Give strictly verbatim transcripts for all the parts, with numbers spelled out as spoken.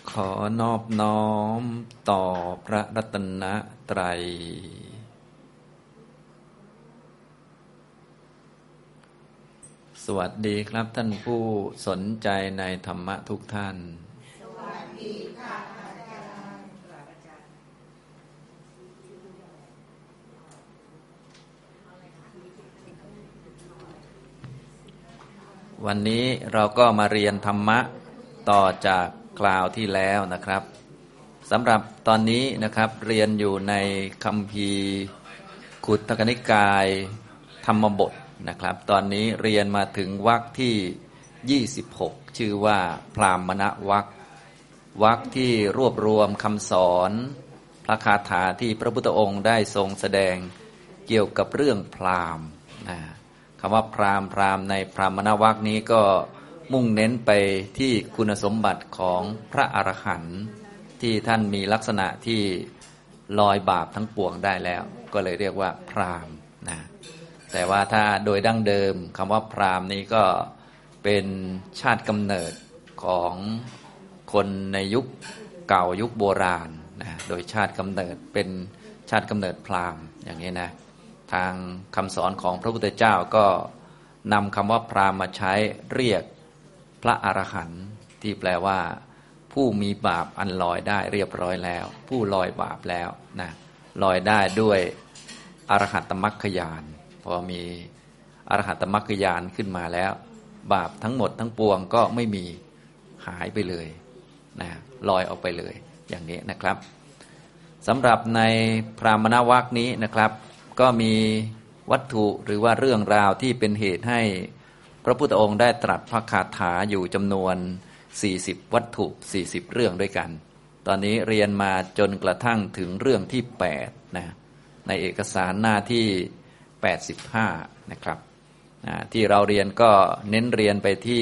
ขอนอบน้อมต่อพระรัตนตรัยสวัสดีครับท่านผู้สนใจในธรรมะทุกท่านสวัสดีค่ะอาจารย์วันนี้เราก็มาเรียนธรรมะต่อจากคราวที่แล้วนะครับสำหรับตอนนี้นะครับเรียนอยู่ในคัมภีร์ขุทกนิกายธรรมบทนะครับตอนนี้เรียนมาถึงวรรคที่ยี่สิบหกชื่อว่าพราหมณวรรควรรคที่รวบรวมคำสอนพระคาถาที่พระพุทธองค์ได้ทรงแสดงเกี่ยวกับเรื่องพราหมณ์นะคำว่าพราหมณ์พราหมณ์ในพราหมณวรรคนี้ก็มุ่งเน้นไปที่คุณสมบัติของพระอรหันต์ที่ท่านมีลักษณะที่ลอยบาปทั้งปวงได้แล้วก็เลยเรียกว่าพราหมณ์นะแต่ว่าถ้าโดยดั้งเดิมคำว่าพราหมณ์นี้ก็เป็นชาติกำเนิดของคนในยุคเก่ายุคโบราณนะโดยชาติกำเนิดเป็นชาติกำเนิดพราหมณ์อย่างนี้นะทางคำสอนของพระพุทธเจ้าก็นำคำว่าพราหมณ์มาใช้เรียกพระอรหันต์ที่แปลว่าผู้มีบาปอันลอยได้เรียบร้อยแล้วผู้ลอยบาปแล้วนะลอยได้ด้วยอรหัตตมรรคญาณพอมีอรหัตตมรรคญาณขึ้นมาแล้วบาปทั้งหมดทั้งปวงก็ไม่มีหายไปเลยนะลอยออกไปเลยอย่างนี้นะครับสำหรับในพราหมณวรรคนี้นะครับก็มีวัตถุหรือว่าเรื่องราวที่เป็นเหตุให้พระพุทธองค์ได้ตรัสพระคาถาอยู่จำนวนสี่สิบวัตถุสี่สิบเรื่องด้วยกันตอนนี้เรียนมาจนกระทั่งถึงเรื่องที่แปดนะในเอกสารหน้าที่แปดสิบห้านะครับที่เราเรียนก็เน้นเรียนไปที่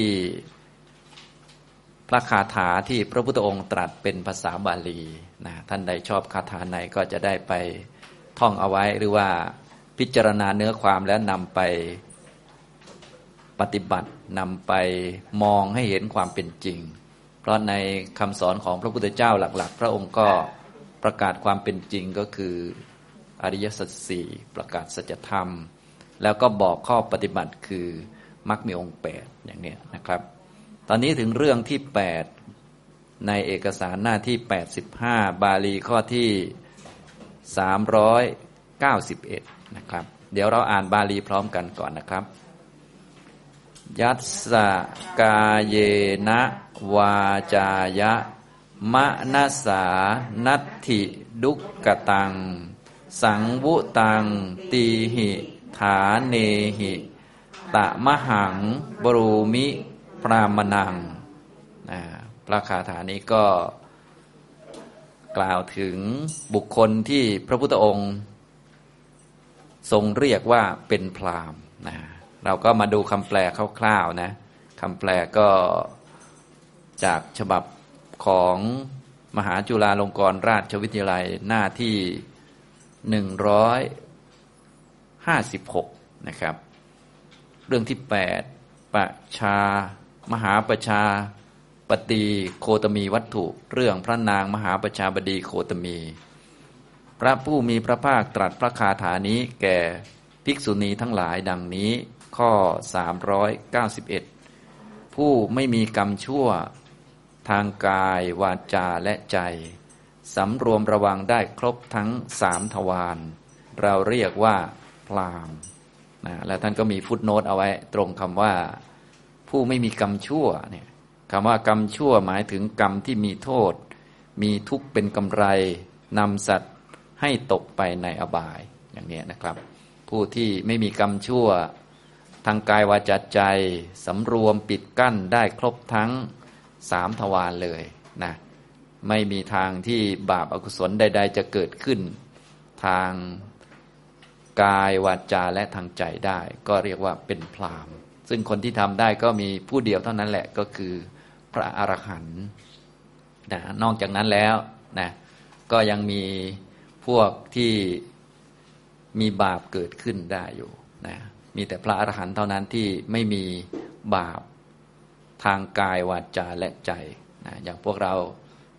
พระคาถาที่พระพุทธองค์ตรัสเป็นภาษาบาลีนะท่านใดชอบคาถาไหนก็จะได้ไปท่องเอาไว้หรือว่าพิจารณาเนื้อความแล้วนำไปปฏิบัตินำไปมองให้เห็นความเป็นจริงเพราะในคำสอนของพระพุทธเจ้าหลักๆพระองค์ก็ประกาศความเป็นจริงก็คืออริยสัจสี่ประกาศสัจธรรมแล้วก็บอกข้อปฏิบัติคือมรรคมีองค์แปดอย่างนี้นะครับตอนนี้ถึงเรื่องที่แปดในเอกสารหน้าที่แปดสิบห้าบาลีข้อที่สามร้อยเก้าสิบเอ็ดนะครับเดี๋ยวเราอ่านบาลีพร้อมกันก่อนนะครับยัสสะกาเยนะวาจายะมะนัสสานัตถิดุกกตังสังวุตังตีหิฐาเนหิตะมหังบรูมิพรามนังพระคาถานี้ก็กล่าวถึงบุคคลที่พระพุทธองค์ทรงเรียกว่าเป็นพราหมณ์นะเราก็มาดูคำแปลคร่าวๆนะคำแปลก็จากฉบับของมหาจุฬาลงกรณราชวิทยาลัยหน้าที่หนึ่งร้อยห้าสิบหกนะครับเรื่องที่แปดประชามหาประชาปฏิโคตมีวัตถุเรื่องพระนางมหาประชาบดีโคตมีพระผู้มีพระภาคตรัสพระคาถานี้แก่ภิกษุณีทั้งหลายดังนี้ข้อสามร้อยเก้าสิบเอ็ดผู้ไม่มีกรรมชั่วทางกายวาจาและใจสำรวมระวังได้ครบทั้งสามทวารเราเรียกว่าพราหมณ์นะและท่านก็มีฟุตโนตเอาไว้ตรงคำว่าผู้ไม่มีกรรมชั่วเนี่ยคำว่ากรรมชั่วหมายถึงกรรมที่มีโทษมีทุกข์เป็นกำไรนำสัตว์ให้ตกไปในอบายอย่างนี้นะครับผู้ที่ไม่มีกรรมชั่วทางกายวาจาใจสำรวมปิดกั้นได้ครบทั้งสามทวารเลยนะไม่มีทางที่บาปอกุศลใดๆจะเกิดขึ้นทางกายวาจาและทางใจได้ก็เรียกว่าเป็นพราหมณ์ซึ่งคนที่ทำได้ก็มีผู้เดียวเท่านั้นแหละก็คือพระอรหันต์นะนอกจากนั้นแล้วนะก็ยังมีพวกที่มีบาปเกิดขึ้นได้อยู่นะมีแต่พระอรหันต์เท่านั้นที่ไม่มีบาปทางกายวาจาและใจนะอย่างพวกเรา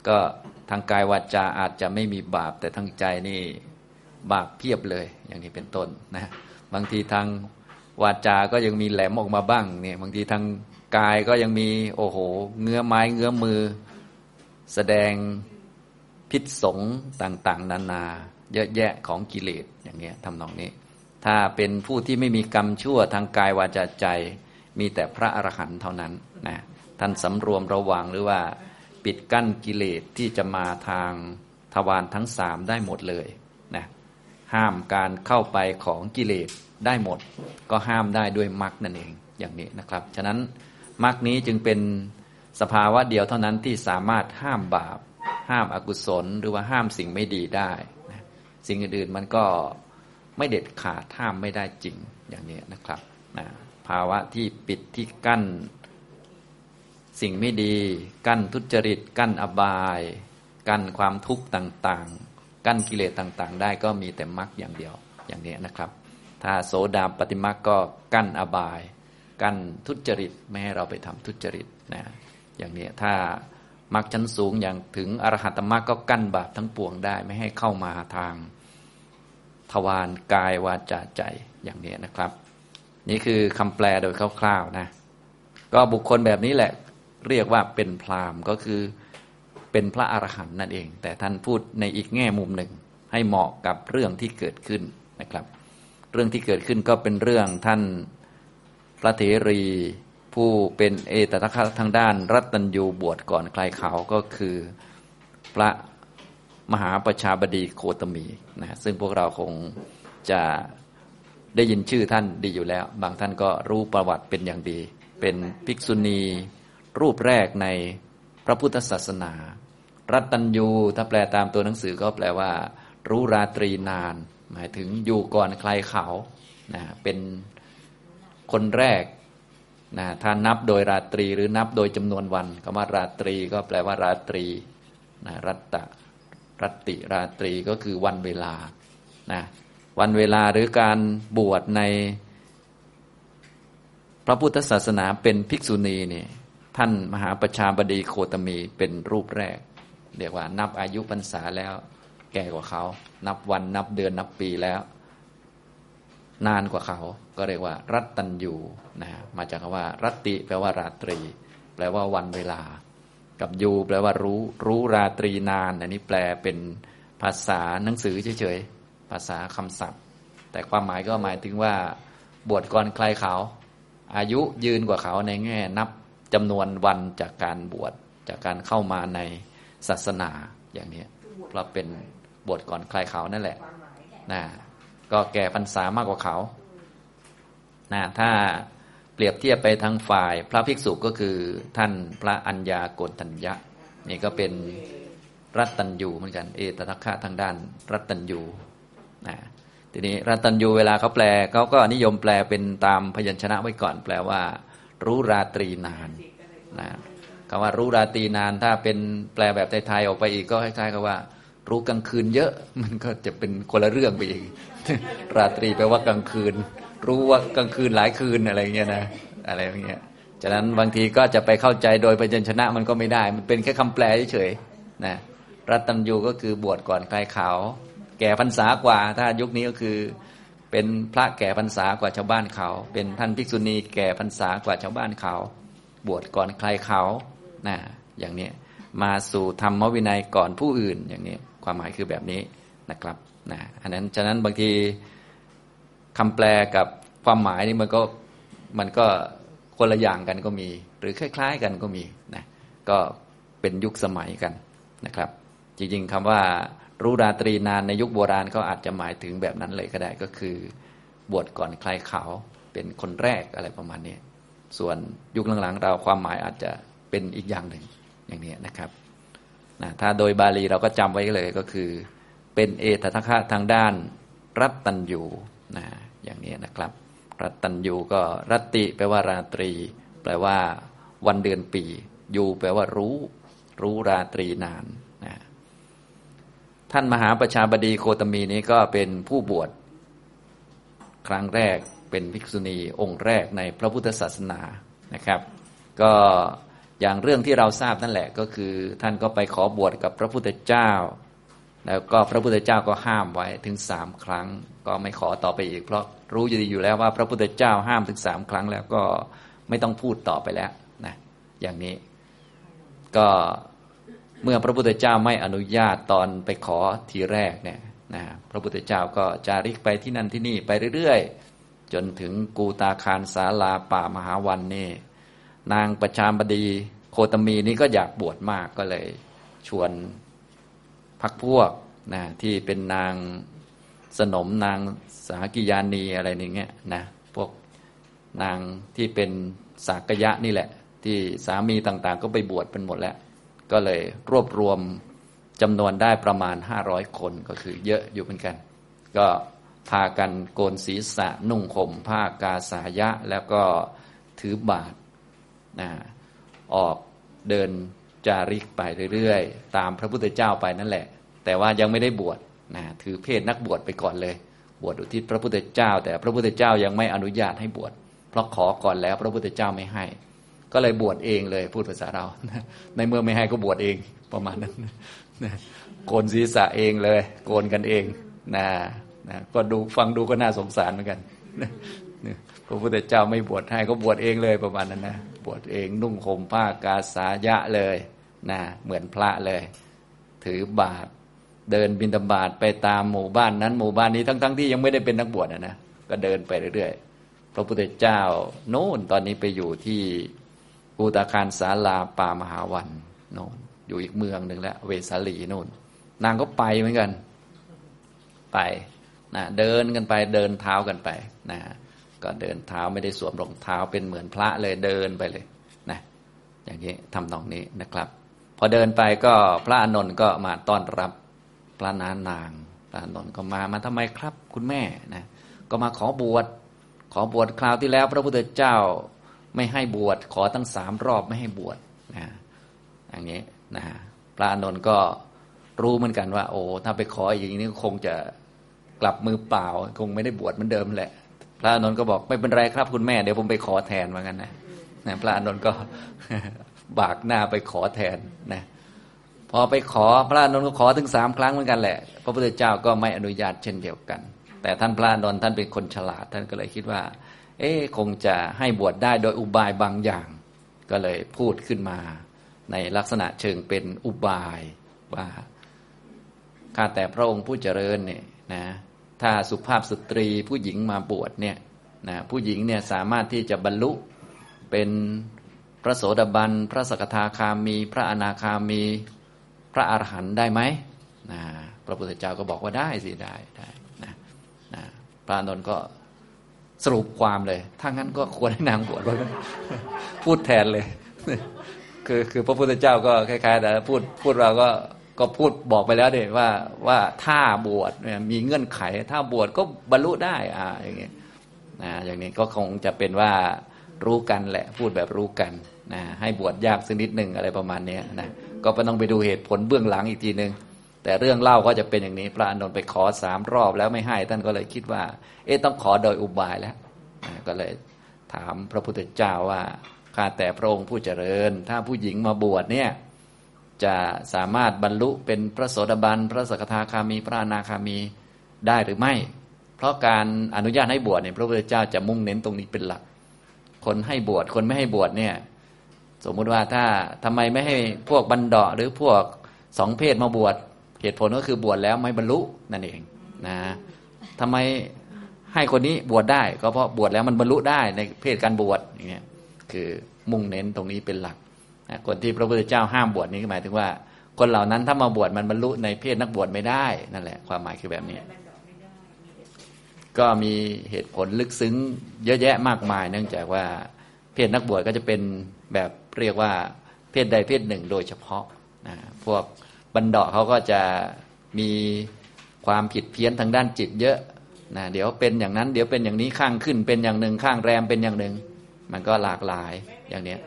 ก็ทางกายวาจาอาจจะไม่มีบาปแต่ทางใจนี่บาปเพียบเลยอย่างนี้เป็นต้นนะบางทีทางวาจาก็ยังมีแหลมออกมาบ้างเนี่ยบางทีทางกายก็ยังมีโอ้โหเงื้อไม้เงื้อมือแสดงพิษสงต่างๆนานาเยอะแยะของกิเลสอย่างเงี้ยทำนองนี้ถ้าเป็นผู้ที่ไม่มีกรรมชั่วทางกายวาจาใจมีแต่พระอรหันต์เท่านั้นนะท่านสำรวมระวังหรือว่าปิดกั้นกิเลสที่จะมาทางทวารทั้งสามได้หมดเลยนะห้ามการเข้าไปของกิเลสได้หมดก็ห้ามได้ด้วยมรรคนั่นเองอย่างนี้นะครับฉะนั้นมรรคนี้จึงเป็นสภาวะเดียวเท่านั้นที่สามารถห้ามบาปห้ามอกุศลหรือว่าห้ามสิ่งไม่ดีได้นะสิ่งอื่นๆมันก็ไม่เด็ดขาดห้ามไม่ได้จริงอย่างนี้นะครับนะภาวะที่ปิดที่กั้นสิ่งไม่ดีกั้นทุจริตกั้นอบายกั้นความทุกข์ต่างๆกั้นกิเลสต่างๆได้ก็มีแต่มรรคอย่างเดียวอย่างนี้นะครับถ้าโสดาปัตติมรรคก็กั้นอบายกั้นทุจริตไม่ให้เราไปทำทุจริตนะอย่างนี้ถ้ามรรคชั้นสูงอย่างถึงอรหัตมรรคก็กั้นบาปทั้งปวงได้ไม่ให้เข้ามาทางทวารกายวาจาใจอย่างนี้นะครับนี่คือคำแปลโดยคร่าวๆนะก็บุคคลแบบนี้แหละเรียกว่าเป็นพราหมณ์ก็คือเป็นพระอรหันต์นั่นเองแต่ท่านพูดในอีกแง่มุมหนึ่งให้เหมาะกับเรื่องที่เกิดขึ้นนะครับเรื่องที่เกิดขึ้นก็เป็นเรื่องท่านพระเถรีผู้เป็นเอตทัคคะทางด้านรัตตัญญูบวชก่อนใครเขาก็คือพระมหาประชาบดีโคตมีนะซึ่งพวกเราคงจะได้ยินชื่อท่านดีอยู่แล้วบางท่านก็รู้ประวัติเป็นอย่างดีเป็นภิกษุณีรูปแรกในพระพุทธศาสนารัตตัญญูถ้าแปลตามตัวหนังสือก็แปลว่ารู้ราตรีนานหมายถึงอยู่ก่อนใครเขานะเป็นคนแรกนะถ้านับโดยราตรีหรือนับโดยจำนวนวันคำว่าราตรีก็แปลว่าราตรีนะรัตตะรัตติราตรีก็คือวันเวลานะวันเวลาหรือการบวชในพระพุทธศาสนาเป็นภิกษุณีนี่ท่านมหาประชาบดีโคตมีเป็นรูปแรกเรียกว่านับอายุพรรษาแล้วแก่กว่าเขานับวันนับเดือนนับปีแล้วนานกว่าเขาก็เรียกว่ารัตตัญญูนะมาจากคำว่ารัตติแปลว่าราตรีแปลว่าวันเวลากับยูแปลว่ารู้รู้ราตรีนานอันนี้แปลเป็นภาษาหนังสือเฉยๆภาษาคำศัพท์แต่ความหมายก็หมายถึงว่าบวชก่อนใครเขาอายุยืนกว่าเขาในแง่นับจำนวนวันจากการบวชจากการเข้ามาในศาสนาอย่างนี้เพราะเป็นบวชก่อนใครเขานั่นแหละนะก็แก่พรรษามากกว่าเขานะถ้าเปรียบเทียบไปทางฝ่ายพระภิกษุก็คือท่านพระอัญญาโกณฑัญญะนี่ก็เป็นรัตตัญญูเหมือนกันเอตทัคคะทางด้านรัตตัญญูนะทีนี้รัตตัญญูเวลาเขาแปลเขาก็นิยมแปลเป็นตามพยัญชนะไว้ก่อนแปลว่ารู้ราตรีนานนะคำว่ารู้ราตรีนานถ้าเป็นแปลแบบไทยๆออกไปอีกก็คล้ายๆกับว่ารู้กลางคืนเยอะมันก็จะเป็นคนละเรื่องไปอีกราตรีแปลว่ากลางคืนรู้ว่ากลางคืนหลายคืนอะไรเงี้ยนะอะไรอย่างเงี้ยฉะนั้นบางทีก็จะไปเข้าใจโดยพยัญชนะมันก็ไม่ได้มันเป็นแค่คำแปลเฉยๆนะรัตตัญญูก็คือบวชก่อนใครเขาแก่พรรษากว่าถ้ายุคนี้ก็คือเป็นพระแก่พรรษากว่าชาวบ้านเขาเป็นท่านภิกษุณีแก่พรรษากว่าชาวบ้านเขาบวชก่อนใครเขานะอย่างนี้มาสู่ธรรมวินัยก่อนผู้อื่นอย่างนี้ความหมายคือแบบนี้นะครับนะอันนั้นฉะนั้นบางทีคำแปลกับความหมายนี่มันก็มันก็คนละอย่างกันก็มีหรือคล้ายๆกันก็มีนะก็เป็นยุคสมัยกันนะครับจริงๆคำว่ารู้ราตรีนานในยุคโบราณก็อาจจะหมายถึงแบบนั้นเลยก็ได้ก็คือบวชก่อนใครเขาเป็นคนแรกอะไรประมาณนี้ส่วนยุคหลังๆเราความหมายอาจจะเป็นอีกอย่างหนึ่งอย่างนี้นะครับนะถ้าโดยบาลีเราก็จำไว้เลยก็คือเป็นเอตทัคคะทางด้านรัตตัญญูนะอย่างนี้นะครับรัตตัญญูก็รัตติแปลว่าราตรีแปลว่าวันเดือนปียูแปลว่ารู้รู้ราตรีนานนะท่านมหาประชาบดีโคตมีนี้ก็เป็นผู้บวชครั้งแรกเป็นภิกษุณีองค์แรกในพระพุทธศาสนานะครับก็อย่างเรื่องที่เราทราบนั่นแหละก็คือท่านก็ไปขอบวชกับพระพุทธเจ้าแล้วก็พระพุทธเจ้าก็ห้ามไว้ถึงสามครั้งก็ไม่ขอต่อไปอีกเพราะรู้อยู่ดีอยู่แล้วว่าพระพุทธเจ้าห้ามถึงสามครั้งแล้วก็ไม่ต้องพูดต่อไปแล้วนะอย่างนี้ก็เมื่อพระพุทธเจ้าไม่อนุญาตตอนไปขอทีแรกเนี่ยนะพระพุทธเจ้าก็จาริกไปที่นั่นที่นี่ไปเรื่อยๆจนถึงกูตาคารศาลาป่ามหาวันนี่นางประชาบดีโคตมีนี่ก็อยากบวชมากก็เลยชวนพรรคพวกนะที่เป็นนางสนมนางสากิยานีอะไรอย่างเงี้ยนะพวกนางที่เป็นสากยะนี่แหละที่สามีต่างๆก็ไปบวชเป็นหมดแล้วก็เลยรวบรวมจำนวนได้ประมาณห้าร้อยคนก็คือเยอะอยู่เหมือนกันก็พากันโกนศีรษะนุ่งห่มผ้ากาสายะแล้วก็ถือบาตรนะออกเดินจาริกไปเรื่อยๆตามพระพุทธเจ้าไปนั่นแหละแต่ว่ายังไม่ได้บวชนะถือเพศนักบวชไปก่อนเลยบวชอุทิศพระพุทธเจ้าแต่พระพุทธเจ้ายังไม่อนุญาตให้บวชเพราะขอก่อนแล้วพระพุทธเจ้าไม่ให้ก็เลยบวชเองเลยพูดภาษาเราในเมื่อไม่ให้ก็บวชเองประมาณนั้นโกนศีรษะเองเลยโกนกันเองนะนะก็ดูฟังดูก็น่าสงสารเหมือนกันพระพุทธเจ้าไม่บวชให้ก็บวชเองเลยประมาณนั้นนะบวชเองนุ่งห่มผ้ากาสายะเลยนะเหมือนพระเลยถือบาตรเดินบิณฑบาตไปตามหมู่บ้านนั้นหมู่บ้านนี้ทั้งๆที่ยังไม่ได้เป็นนักบวชนะนะก็เดินไปเรื่อยๆพระพุทธเจ้าโน่นตอนนี้ไปอยู่ที่กูตาคารศาลาป่ามหาวันโน่นอยู่อีกเมืองหนึ่งแล้วเวสาลีโน่นนางก็ไปเหมือนกันไปนะเดินกันไปเดินเท้ากันไปนะก็เดินเท้าไม่ได้สวมรองเท้าเป็นเหมือนพระเลยเดินไปเลยนะอย่างนี้ทำตรงนี้นะครับพอเดินไปก็พระอานนท์ก็มาต้อนรับพระนานางพระอานนท์ก็มามาทำไมครับคุณแม่นะก็มาขอบวชขอบวชคราวที่แล้วพระพุทธเจ้าไม่ให้บวชขอตั้งสามรอบไม่ให้บวชนะอย่างนี้นะพระอานนท์ก็รู้เหมือนกันว่าโอ้ถ้าไปขออย่างนี้คงจะกลับมือเปล่าคงไม่ได้บวชเหมือนเดิมแหละพระอานนท์ก็บอกไม่เป็นไรครับคุณแม่เดี๋ยวผมไปขอแทนว่างั้นนะนะพระอานนท์ก็ บากหน้าไปขอแทนนะพอไปขอพระอานนท์ก็ขอถึงสามครั้งเหมือนกันแหละพระพุทธเจ้าก็ไม่อนุญาตเช่นเดียวกันแต่ท่านพระอานนท์ท่านเป็นคนฉลาดท่านก็เลยคิดว่าเอ๊ะคงจะให้บวชได้โดยอุบายบางอย่างก็เลยพูดขึ้นมาในลักษณะเชิงเป็นอุบายว่าข้าแต่พระองค์ผู้เจริญเนี่ยนะถ้าสุภาพสตรีผู้หญิงมาบวชเนี่ยนะผู้หญิงเนี่ยสามารถที่จะบรรลุเป็นพระโสดาบันพระสกทาคามีพระอนาคามีพระอรหันต์ได้ไหมนะพระพุทธเจ้าก็บอกว่าได้สิได้ได้นะนะพระอานนท์ก็สรุปความเลยถ้างั้นก็ควรให้นางบวชว่าพูดแทนเลยคือคือพระพุทธเจ้าก็คล้ายๆแต่พูดพูดเราก็ก็พูดบอกไปแล้วเด็ว่าว่าถ้าบวชเนี่ยมีเงื่อนไขถ้าบวชก็บรรลุได้อ่าอย่างเงี้ยนะอย่างนี้ก็คงจะเป็นว่ารู้กันแหละพูดแบบรู้กันนะให้บวชยากสักนิดหนึ่งอะไรประมาณนี้นะก็ไม่ต้องไปดูเหตุผลเบื้องหลังอีกทีนึงแต่เรื่องเล่าก็จะเป็นอย่างนี้พระอานนท์ไปขอสามรอบแล้วไม่ให้ท่านก็เลยคิดว่าเอ๊ะต้องขอโดยอุบายแล้วนะก็เลยถามพระพุทธเจ้าว่าข้าแต่พระองค์ผู้เจริญถ้าผู้หญิงมาบวชเนี่ยจะสามารถบรรลุเป็นพระโสดาบันพระสกทาคามีพระอนาคามีได้หรือไม่เพราะการอนุญาตให้บวชเนี่ยพระพุทธเจ้าจะมุ่งเน้นตรงนี้เป็นหลักคนให้บวชคนไม่ให้บวชเนี่ยสมมุติว่าถ้าทำไมไม่ให้พวกบัณฑะหรือพวกสองเพศมาบวชเหตุผลก็คือบวชแล้วไม่บรรลุนั่นเองนะทำไมให้คนนี้บวชได้ก็เพราะบวชแล้วมันบรรลุได้ในเพศการบวชอย่างเงี้ยคือมุ่งเน้นตรงนี้เป็นหลักนะคนที่พระพุทธเจ้าห้ามบวชนี้หมายถึงว่าคนเหล่านั้นถ้ามาบวชมันบรรลุในเพศนักบวชไม่ได้นั่นแหละความหมายคือแบบนี้ก็มีเหตุผลลึกซึ้งเยอะแยะมากมายเนื่องจากว่าเพศนักบวชก็จะเป็นแบบเรียกว่าเพศใดเพศหนึ่งโดยเฉพาะนะพวกบัณฑะเขาก็จะมีความผิดเพี้ยนทางด้านจิตเยอะนะเดี๋ยวเป็นอย่างนั้นเดี๋ยวเป็นอย่างนี้ข้างขึ้นเป็นอย่างหนึ่งข้างแรมเป็นอย่างหนึ่งมันก็หลากหลายอย่างเนี้ย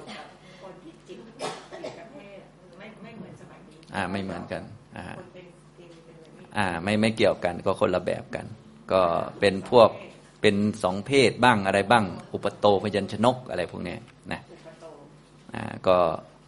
อ่าไม่เหมือนกันอ่าอ่าไม่ไม่เกี่ยวกันก็คนละแบบกันก็เป็นพวกเป็นสองเพศบ้างอะไรบ้างอุปโตพยัญชนกอะไรพวกนี้นะอ่าก็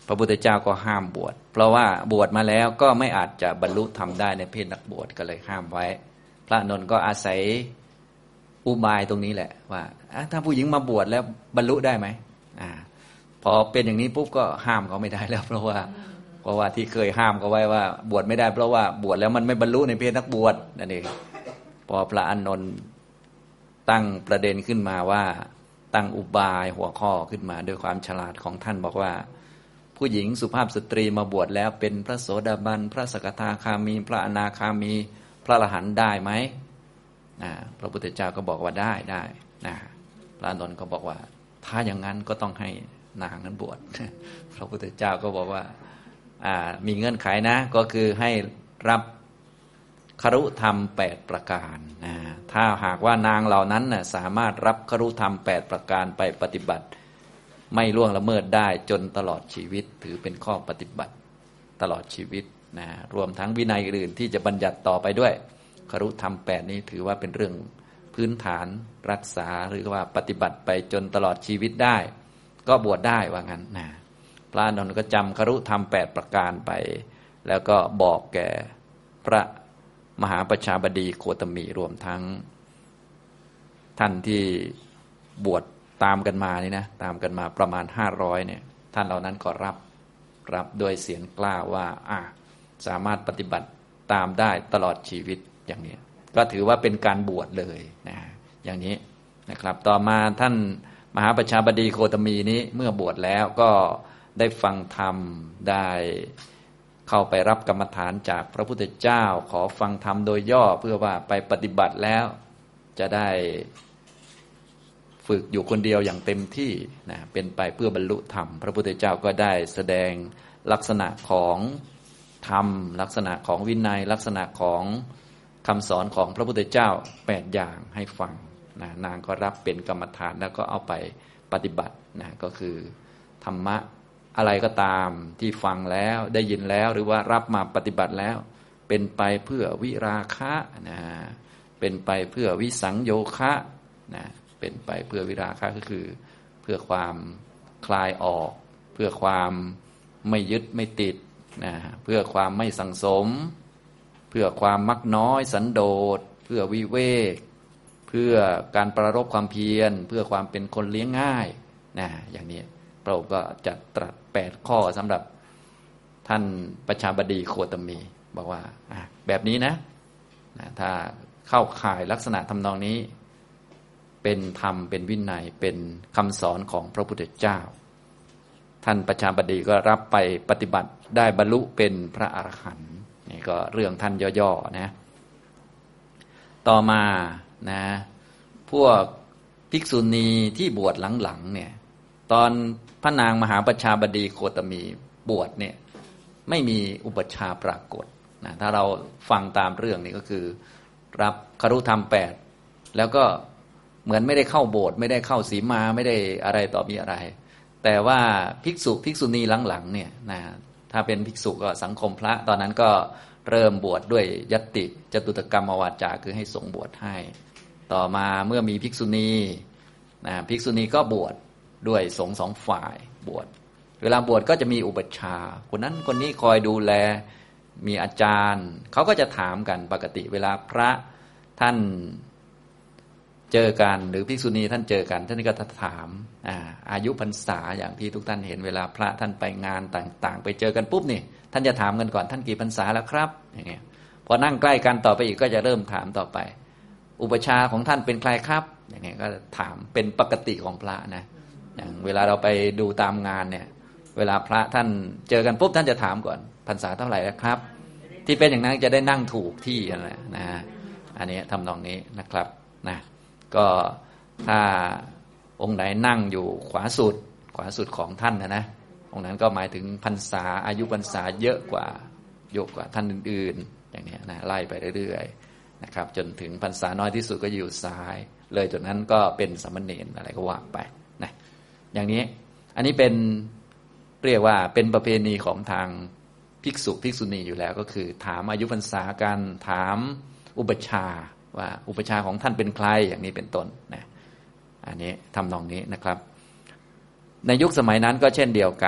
พระพุทธเจ้าก็ห้ามบวชเพราะว่าบวชมาแล้วก็ไม่อาจจะบรรลุธรรมได้ในเพศนักบวชก็เลยห้ามไว้พระอานนท์ก็อาศัยอุบายตรงนี้แหละว่าถ้าผู้หญิงมาบวชแล้วบรรลุได้ไหมอ่าพอเป็นอย่างนี้ปุ๊บก็ห้ามเขาไม่ได้แล้วเพราะว่าเพราะว่าที่เคยห้ามเขาไว้ว่าบวชไม่ได้เพราะว่าบวชแล้วมันไม่บรรลุในเพศนักบวชนั่นเองพอพระอานนท์ตั้งประเด็นขึ้นมาว่าตั้งอุบายหัวข้อขึ้นมาด้วยความฉลาดของท่านบอกว่าผู้หญิงสุภาพสตรีมาบวชแล้วเป็นพระโสดาบันพระสกทาคามีพระอนาคามีพระอรหันต์ได้ไหมนะพระพุทธเจ้าก็บอกว่าได้ได้นะพระอานนท์ก็บอกว่าถ้าอย่างนั้นก็ต้องให้นางนั้นบวชพระพุทธเจ้าก็บอกว่าอ่ามีเงื่อนไขนะก็คือให้รับคฤธรรมแปดประการนะถ้าหากว่านางเหล่านั้นนะสามารถรับคฤธรรมแปดประการไปปฏิบัติไม่ล่วงละเมิดได้จนตลอดชีวิตถือเป็นข้อปฏิบัติตลอดชีวิตนะรวมทั้งวินัยอื่นที่จะบัญญัติต่อไปด้วยคฤธรรมแปดนี้ถือว่าเป็นเรื่องพื้นฐานรักษาหรือว่าปฏิบัติไปจนตลอดชีวิตได้ก็บวชได้ว่างั้นนะพระอานนท์ก็จำคฤธรรมแปดประการไปแล้วก็บอกแก่พระมหาประชาบดีโคตมีรวมทั้งท่านที่บวชตามกันมานี่นะตามกันมาประมาณห้าร้อยเนี่ยท่านเหล่านั้นก็รับรับด้วยเสียงกล้าว่าอ่ะสามารถปฏิบัติตามได้ตลอดชีวิตอย่างนี้ก็ถือว่าเป็นการบวชเลยนะอย่างนี้นะครับต่อมาท่านมหาประชาบดีโคตมีนี้เมื่อบวชแล้วก็ได้ฟังธรรมได้เข้าไปรับกรรมฐานจากพระพุทธเจ้าขอฟังธรรมโดยย่อเพื่อว่าไปปฏิบัติแล้วจะได้ฝึกอยู่คนเดียวอย่างเต็มที่นะเป็นไปเพื่อบรรลุธรรมพระพุทธเจ้าก็ได้แสดงลักษณะของธรรมลักษณะของวินัยลักษณะของคำสอนของพระพุทธเจ้าแปดอย่างให้ฟังนะนางก็รับเป็นกรรมฐานแล้วก็เอาไปปฏิบัตินะก็คือธรรมะอะไรก็ตามที่ฟังแล้วได้ยินแล้วหรือว่ารับมาปฏิบัติแล้วเป็นไปเพื่อวิราคะนะเป็นไปเพื่อวิสังโยคะนะเป็นไปเพื่อวิราคะก็คือเพื่อความคลายออกเพื่อความไม่ยึดไม่ติดนะเพื่อความไม่สังสมเพื่อความมักน้อยสันโดษเพื่อวิเวกเพื่อการประรบความเพียรเพื่อความเป็นคนเลี้ยงง่ายนะอย่างนี้พระองค์ก็จัดตรัสแปดข้อสำหรับท่านประชาบดีโคตมีบอกว่าแบบนี้นะถ้าเข้าข่ายลักษณะทำนองนี้เป็นธรรมเป็นวินัยเป็นคำสอนของพระพุทธเจ้าท่านประชาบดีก็รับไปปฏิบัติได้บรรลุเป็นพระอรหันต์นี่ก็เรื่องท่านย่อๆนะต่อมานะพวกภิกษุณีที่บวชหลังๆเนี่ยตอนพระนางมหาประชาบดีโคตมีบวชเนี่ยไม่มีอุปชฌาย์ปรากฏนะถ้าเราฟังตามเรื่องนี้ก็คือรับคฤธรรมแปดแล้วก็เหมือนไม่ได้เข้าโบสถ์ไม่ได้เข้าสีมาไม่ได้อะไรต่อมีอะไรแต่ว่าภิกษุภิกษุณีหลังๆเนี่ยนะถ้าเป็นภิกษุก็สังคมพระตอนนั้นก็เริ่มบวชด้วยยัตติจตุตกรรมวาจาคือให้สงฆ์บวชให้ต่อมาเมื่อมีภิกษุณีนะภิกษุณีก็บวชด้วยสงฆ์สองฝ่ายบวชเวลาบวชก็จะมีอุปชฌาย์คนนั้นคนนี้คอยดูแลมีอาจารย์เขาก็จะถามกันปกติเวลาพระท่านเจอกันหรือภิกษุณีท่านเจอกันท่านก็จะถามอ่าอายุพรรษาอย่างที่ทุกท่านเห็นเวลาพระท่านไปงานต่างๆไปเจอกันปุ๊บนี่ท่านจะถามกันก่อนท่านกี่พรรษาแล้วครับอย่างเงี้ยพอนั่งใกล้กันต่อไปอีกก็จะเริ่มถามต่อไปอุปชฌาย์ของท่านเป็นใครครับอย่างเงี้ยก็ถามเป็นปกติของพระนะอย่างเวลาเราไปดูตามงานเนี่ยเวลาพระท่านเจอกันปุ๊บท่านจะถามก่อนพรรษาเท่าไหร่แล้วครับที่เป็นอย่างนั้นจะได้นั่งถูกที่อะไรนะอันนี้ทำนองนี้นะครับนะก็ถ้าองค์ไหนนั่งอยู่ขวาสุดขวาสุดของท่านนะนะองค์นั้นก็หมายถึงพรรษาอายุพรรษาเยอะกว่าเยอะกว่าท่านอื่นๆอย่างนี้นะไล่ไปเรื่อยๆนะครับจนถึงพรรษาน้อยที่สุดก็อยู่ซ้ายเลยจากนั้นก็เป็นสามเณรอะไรก็ว่าไปนะอย่างนี้อันนี้เป็นเรียกว่าเป็นประเพณีของทางภิกษุภิกษุณีอยู่แล้วก็คือถามอายุพรรษากันถามอุปชฌาย์ว่าอุปชฌาย์ของท่านเป็นใครอย่างนี้เป็นต้นนะอันนี้ทำนองนี้นะครับในยุคสมัยนั้นก็เช่นเดียวกัน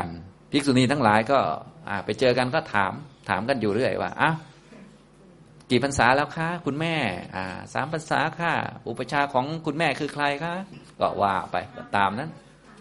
ภิกษุณีทั้งหลายก็ไปเจอกันก็ถามถามกันอยู่เรื่อยว่าอ้าวกี่พรรษาแล้วคะคุณแม่อ่าสามพรรษาค่ะอุปชาของคุณแม่คือใครคะก็ว่าไปตามนั้น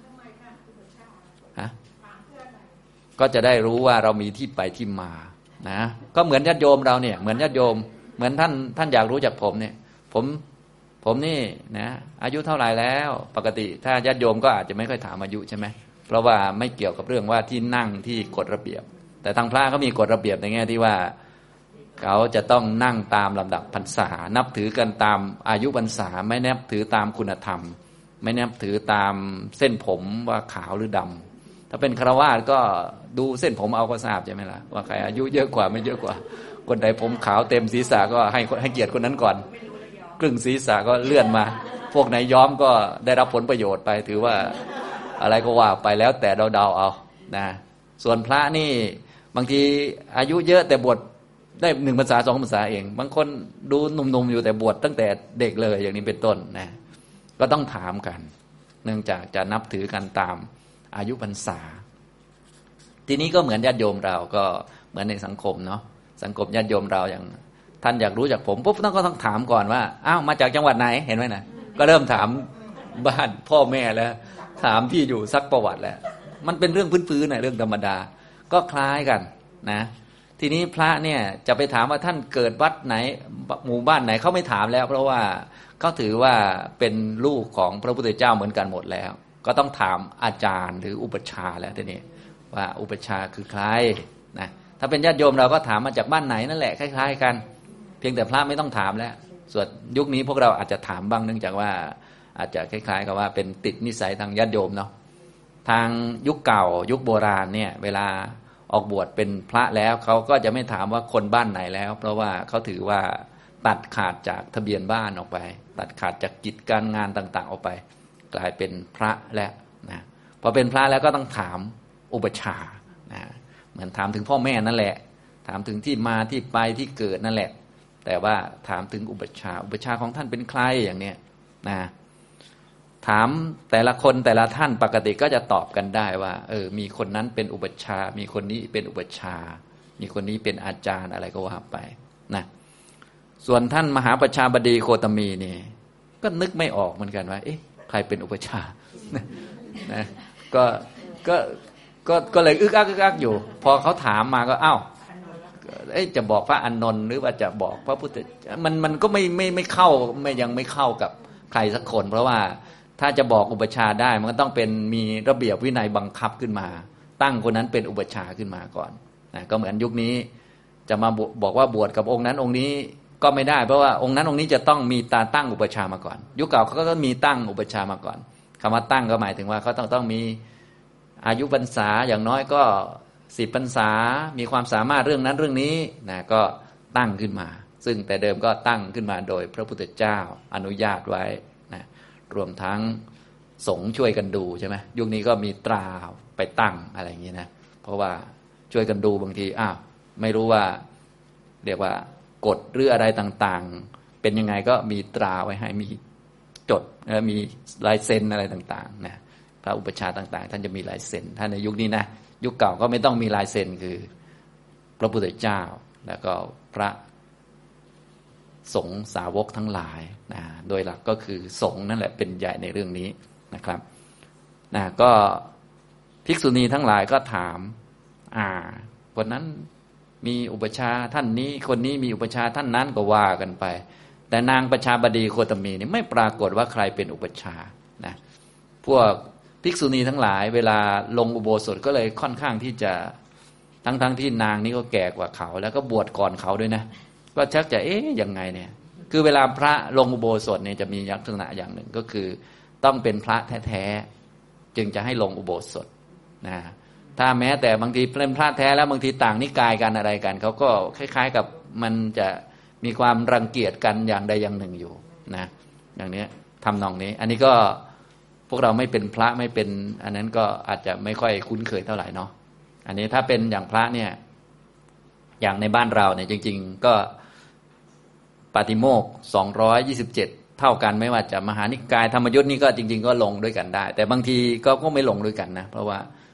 ฮะก็จะได้รู้ว่าเรามีที่ไปที่มานะก็เหมือนญาติโยมเราเนี่ยเหมือนญาติโยมเหมือนท่านท่านอยากรู้จากผมเนี่ยผมผมนี่นะอายุเท่าไหร่แล้วปกติถ้าญาติโยมก็อาจจะไม่ค่อยถามอายุใช่ไหมเพราะว่าไม่เกี่ยวกับเรื่องว่าที่นั่งที่กฎระเบียบแต่ทางพระเขามีกฎระเบียบในแง่ที่ว่าเขาจะต้องนั่งตามลำดับพรรษานับถือกันตามอายุพรรษาไม่นับถือตามคุณธรรมไม่นับถือตามเส้นผมว่าขาวหรือดำถ้าเป็นฆราวาสก็ดูเส้นผมเอาก็ทราบใช่ไหมล่ะว่าใครอายุเยอะกว่าไม่เยอะกว่าคนใดผมขาวเต็มศีรษะก็ให้ให้เกียรติคนนั้นก่อนครึ่งศีรษะก็เลื่อนมาพวกไหนย้อมก็ได้รับผลประโยชน์ไปถือว่าอะไรก็ว่าไปแล้วแต่เดาๆเอานะส่วนพระนี่บางทีอายุเยอะแต่บวชได้หนึ่งพรรษาสองพรรษาเองบางคนดูหนุ่มๆอยู่แต่บวชตั้งแต่เด็กเลยอย่างนี้เป็นต้นนะก็ต้องถามกันเนื่องจากจะนับถือกันตามอายุพรรษาทีนี้ก็เหมือนญาติโยมเราก็เหมือนในสังคมเนาะสังคมญาติโยมเราอย่างท่านอยากรู้จากผมปุ๊บต้องก็ต้องถามก่อนว่าอ้าวมาจากจังหวัดไหนเห็นไหมนะก็เริ่มถามบ้านพ่อแม่แล้วถามที่อยู่ซักประวัติแล้วมันเป็นเรื่องพื้นๆนะเรื่องธรรมดาก็คล้ายกันนะทีนี้พระเนี่ยจะไปถามว่าท่านเกิดวัดไหนหมู่บ้านไหนเขาไม่ถามแล้วเพราะว่าเขาถือว่าเป็นลูกของพระพุทธเจ้าเหมือนกันหมดแล้วก็ต้องถามอาจารย์หรืออุปชฌาย์แล้วทีนี้ว่าอุปชฌาย์คือใครนะถ้าเป็นญาติโยมเราก็ถามมาจากบ้านไหนนั่นแหละคล้ายๆกันเพียงแต่พระไม่ต้องถามแล้วส่วนยุคนี้พวกเราอาจจะถามบ้างเนื่องจากว่าอาจจะคล้ายๆกับว่าเป็นติดนิสัยทางญาติโยมเนาะทางยุคเก่ายุคโบราณเนี่ยเวลาออกบวชเป็นพระแล้วเขาก็จะไม่ถามว่าคนบ้านไหนแล้วเพราะว่าเขาถือว่าตัดขาดจากทะเบียนบ้านออกไปตัดขาดจากกิจการงานต่างๆออกไปกลายเป็นพระแล้วนะพอเป็นพระแล้วก็ต้องถามอุปชฌาย์นะเหมือนถามถึงพ่อแม่นั่นแหละถามถึงที่มาที่ไปที่เกิดนั่นแหละแต่ว่าถามถึงอุปชฌาย์อุปชฌาย์ของท่านเป็นใครอย่างเนี้ยนะถามแต่ละคนแต่ละท่านปกติก็จะตอบกันได้ว่าเออมีคนนั้นเป็นอุปชฌาย์มีคนนี้เป็นอุปชฌาย์มีคนนี้เป็นอาจารย์อะไรก็ว่าไปนะส่วนท่านมหาประชาบดีโคตมีนี่ก็นึกไม่ออกเหมือนกันว่าเอ๊ะใครเป็นอุปชฌาย์นะก็ก็ก็ก็เลยอึกอักอึกอักอยู่พอเขาถามมาก็อ้าวเอ๊ะจะบอกพระอานนท์หรือว่าจะบอกพระพุทธมันมันก็ไม่ไม่ไม่เข้าไม่ยังไม่เข้ากับใครสักคนเพราะว่าถ้าจะบอกอุปชฌาย์ได้มันก็ต้องเป็นมีระเบียบวินัยบังคับขึ้นมาตั้งคนนั้นเป็นอุปชฌาย์ขึ้นมาก่อนนะก็เหมือนยุคนี้จะมาบอกว่าบวชกับองค์นั้นองค์นี้ก็ไม่ได้เพราะว่าองค์นั้นองค์นี้จะต้องมีตาตั้งอุปชฌาย์มาก่อนยุคเก่าเขาก็มีตั้งอุปชฌาย์มาก่อนคำว่าตั้งก็หมายถึงว่าเขาต้องต้องมีอายุพรรษาอย่างน้อยก็สิบพรรษามีความสามารถเรื่องนั้นเรื่องนี้นะก็ตั้งขึ้นมาซึ่งแต่เดิมก็ตั้งขึ้นมาโดยพระพุทธเจ้าอนุญาตไว้นะรวมทั้งสงฆ์ช่วยกันดูใช่ไหมยุคนี้ก็มีตราไปตั้งอะไรอย่างนี้นะเพราะว่าช่วยกันดูบางทีอ้าวไม่รู้ว่าเรียกว่ากฎหรืออะไรต่างๆเป็นยังไงก็มีตราไว้ให้มีจดมีลายเซ็นอะไรต่างๆนะพระอุปชฌาย์ต่างๆท่านจะมีลายเซ็นท่านในยุคนี้นะยุคเก่าก็ไม่ต้องมีลายเซ็นคือพระพุทธเจ้าแล้วก็พระสงฆ์สาวกทั้งหลายนะโดยหลักก็คือสงฆ์นั่นแหละเป็นใหญ่ในเรื่องนี้นะครับนะก็ภิกษุณีทั้งหลายก็ถามอ่าคนนั้นมีอุปชฌาย์ท่านนี้คนนี้มีอุปชฌาย์ท่านนั้นก็ว่ากันไปแต่นางประชาบดีโคตมีนี่ไม่ปรากฏว่าใครเป็นอุปชฌาย์นะพวกภิกษุณีทั้งหลายเวลาลงอุโบสถก็เลยค่อนข้างที่จะทั้งๆ ท, ที่นางนี้ก็แก่กว่าเขาแล้วก็บวชก่อนเขาด้วยนะก็ชักจะเอ๊ะยังไงเนี่ยคือเวลาพระลงอุโบสถเนี่ยจะมีลักษณะอย่างหนึ่งก็คือต้องเป็นพระแท้ๆจึงจะให้ลงอุโบสถนะถ้าแม้แต่บางทีเป็นพระแท้แล้วบางทีต่างนิกายกันอะไรกันเขาก็คล้ายๆกับมันจะมีความรังเกียจกันอย่างใดอย่างหนึ่งอยู่นะอย่างนี้ทำนองนี้อันนี้ก็พวกเราไม่เป็นพระไม่เป็นอันนั้นก็อาจจะไม่ค่อยคุ้นเคยเท่าไหร่เนาะอันนี้ถ้าเป็นอย่างพระเนี่ยอย่างในบ้านเราเนี่ยจริงๆก็ปาติโมกข์สองร้อยยี่สิบเจ็ดเท่ากันไม่ว่าจะมหานิกายธรรมยุทธ์นี่ก็จริงๆก็ลงด้วยกันได้แต่บางทีก็ก็ไม่ลงด้วยกันนะเพราะว่า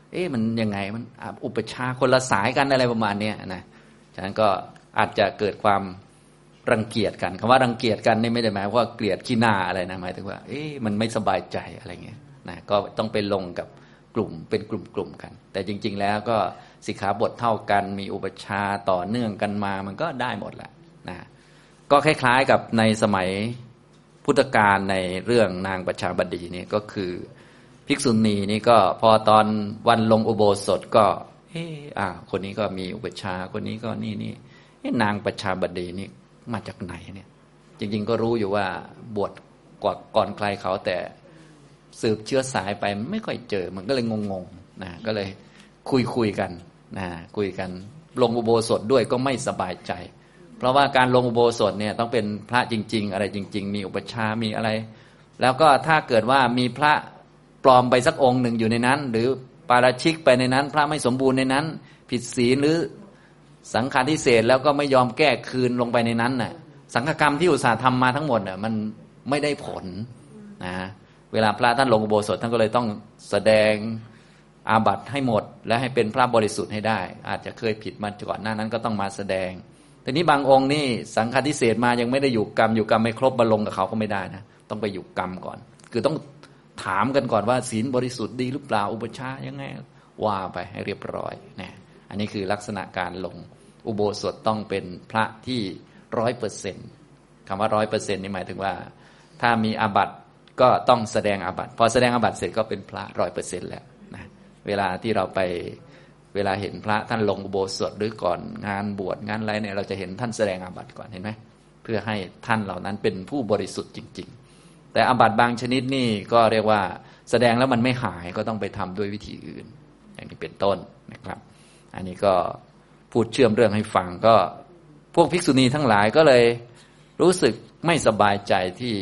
เอ๊ะมันยังไงมันอุปชาคนละสายกันอะไรประมาณนี้นะฉะนั้นก็อาจจะเกิดความรังเกียจกันคำว่ารังเกียจกันนี่ไม่ได้หมายว่าเกลียดขี้หน้าอะไรนะหมายถึงว่าเอ๊ะมันไม่สบายใจอะไรเงี้ยนะก็ต้องไปลงกับกลุ่มเป็นกลุ่มๆกันแต่จริงๆแล้วก็สิกขาบทเท่ากันมีอุปชาต่อเนื่องกันมามันก็ได้หมดแหละนะก็คล้ายๆกับในสมัยพุทธกาลในเรื่องนางประชาบดีนี่ก็คือภิกษุณีนี่ก็พอตอนวันลงอุโบสถก็เอออ่าคนนี้ก็มีอุปชาคนนี้ก็นี่นี่นางประชาบดีนี่มาจากไหนเนี่ยจริงๆก็รู้อยู่ว่าบวชก่อนก่อนใครเขาแต่สืบเชื้อสายไปไม่ค่อยเจอมันก็เลยงงๆนะก็เลยคุยคุยกันนะคุยกันลงอุโบสถด้วยก็ไม่สบายใจเพราะว่าการลงอุโบสถเนี่ยต้องเป็นพระจริงๆอะไรจริงๆมีอุปชามีอะไรแล้วก็ถ้าเกิดว่ามีพระปลอมไปสักองค์หนึ่งอยู่ในนั้นหรือปาราชิกไปในนั้นพระไม่สมบูรณ์ในนั้นผิดศีลหรือสังฆาทิเศษแล้วก็ไม่ยอมแก้คืนลงไปในนั้นน่ะสังฆกรรมที่อุตส่าห์ทำมาทั้งหมดน่ะมันไม่ได้ผลนะเวลาพระท่านลงอุโบสถท่านก็เลยต้องแสดงอาบัติให้หมดและให้เป็นพระบริสุทธิ์ให้ได้อาจจะเคยผิดมาก่อนหน้านั้นก็ต้องมาแสดงทีนี้บางองค์นี่สังฆาทิเศษมายังไม่ได้อยู่กรรมอยู่กรรมไม่ครบมาลงกับเขาก็ไม่ได้นะต้องไปอยู่กรรมก่อนคือต้องถามกันก่อนว่าศีลบริสุทธิ์ดีหรือเปล่าอุปชายังไงว่าไปให้เรียบร้อยนะอันนี้คือลักษณะการลงอุโบสถต้องเป็นพระที่ร้อยเปอร์เซ็นต์คำว่าร้อยเปอร์เซ็นต์นี่หมายถึงว่าถ้ามีอาบัติก็ต้องแสดงอาบัติพอแสดงอาบัติเสร็จก็เป็นพระร้อยเปอร์เซ็นต์แล้วนะเวลาที่เราไปเวลาเห็นพระท่านลงอุโบสถหรือก่อนงานบวชงานอะไรเนี่ยเราจะเห็นท่านแสดงอาบัติก่อนเห็นไหมเพื่อให้ท่านเหล่านั้นเป็นผู้บริสุทธิ์จริงๆแต่อาบัติบางชนิดนี่ก็เรียกว่าแสดงแล้วมันไม่หายก็ต้องไปทำด้วยวิธีอื่นอย่างนี้เป็นต้นนะครับอันนี้ก็พูดเชื่อมเรื่องให้ฟังก็พวกภิกษุณีทั้งหลายก็เลยรู้สึกไม่สบายใจที่